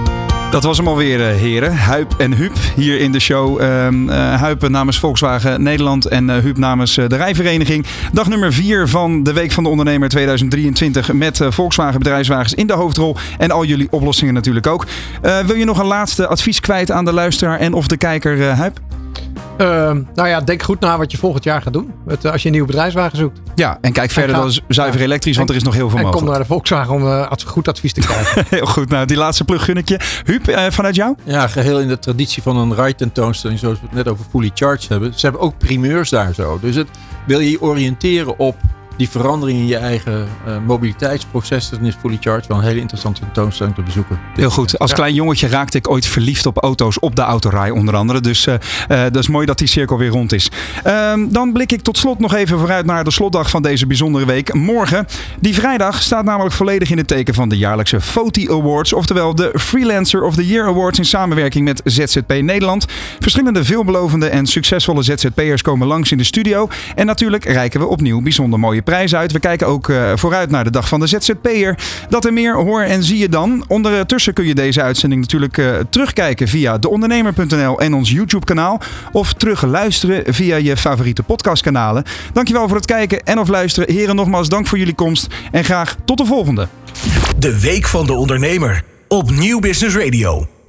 Dat was hem alweer, heren. Huip en Huub hier in de show. Huip namens Volkswagen Nederland en Huub namens de Rijvereniging. Dag nummer 4 van de Week van de Ondernemer 2023 met Volkswagen bedrijfswagens in de hoofdrol. En al jullie oplossingen natuurlijk ook. Wil je nog een laatste advies kwijt aan de luisteraar en of de kijker, Huip? Denk goed na wat je volgend jaar gaat doen. Als je een nieuwe bedrijfswagen zoekt. Ja, en kijk verder dan zuiver elektrisch, want er is nog heel veel mogelijk. En kom naar de Volkswagen om goed advies te krijgen. Heel goed, nou die laatste plug gun ik je. Huub, vanuit jou? Ja, geheel in de traditie van een rijtentoonstelling, zoals we het net over Fully Charged hebben. Ze hebben ook primeurs daar zo. Dus wil je oriënteren op die verandering in je eigen mobiliteitsproces, dan is Fully Charged wel een hele interessante tentoonstelling te bezoeken. Heel goed. Als klein jongetje raakte ik ooit verliefd op auto's op de autorij onder andere. Dus dat is mooi dat die cirkel weer rond is. Dan blik ik tot slot nog even vooruit naar de slotdag van deze bijzondere week. Morgen, die vrijdag, staat namelijk volledig in het teken van de jaarlijkse FOTI Awards. Oftewel de Freelancer of the Year Awards in samenwerking met ZZP Nederland. Verschillende veelbelovende en succesvolle ZZP'ers komen langs in de studio. En natuurlijk reiken we opnieuw bijzonder mooie prijzen uit. We kijken ook vooruit naar de dag van de ZZP'er. Dat en meer hoor en zie je dan. Ondertussen kun je deze uitzending natuurlijk terugkijken via deondernemer.nl en ons YouTube kanaal. Of terug luisteren via je favoriete podcastkanalen. Dankjewel voor het kijken en of luisteren. Heren, nogmaals dank voor jullie komst. En graag tot de volgende. De Week van de Ondernemer op Nieuw Business Radio.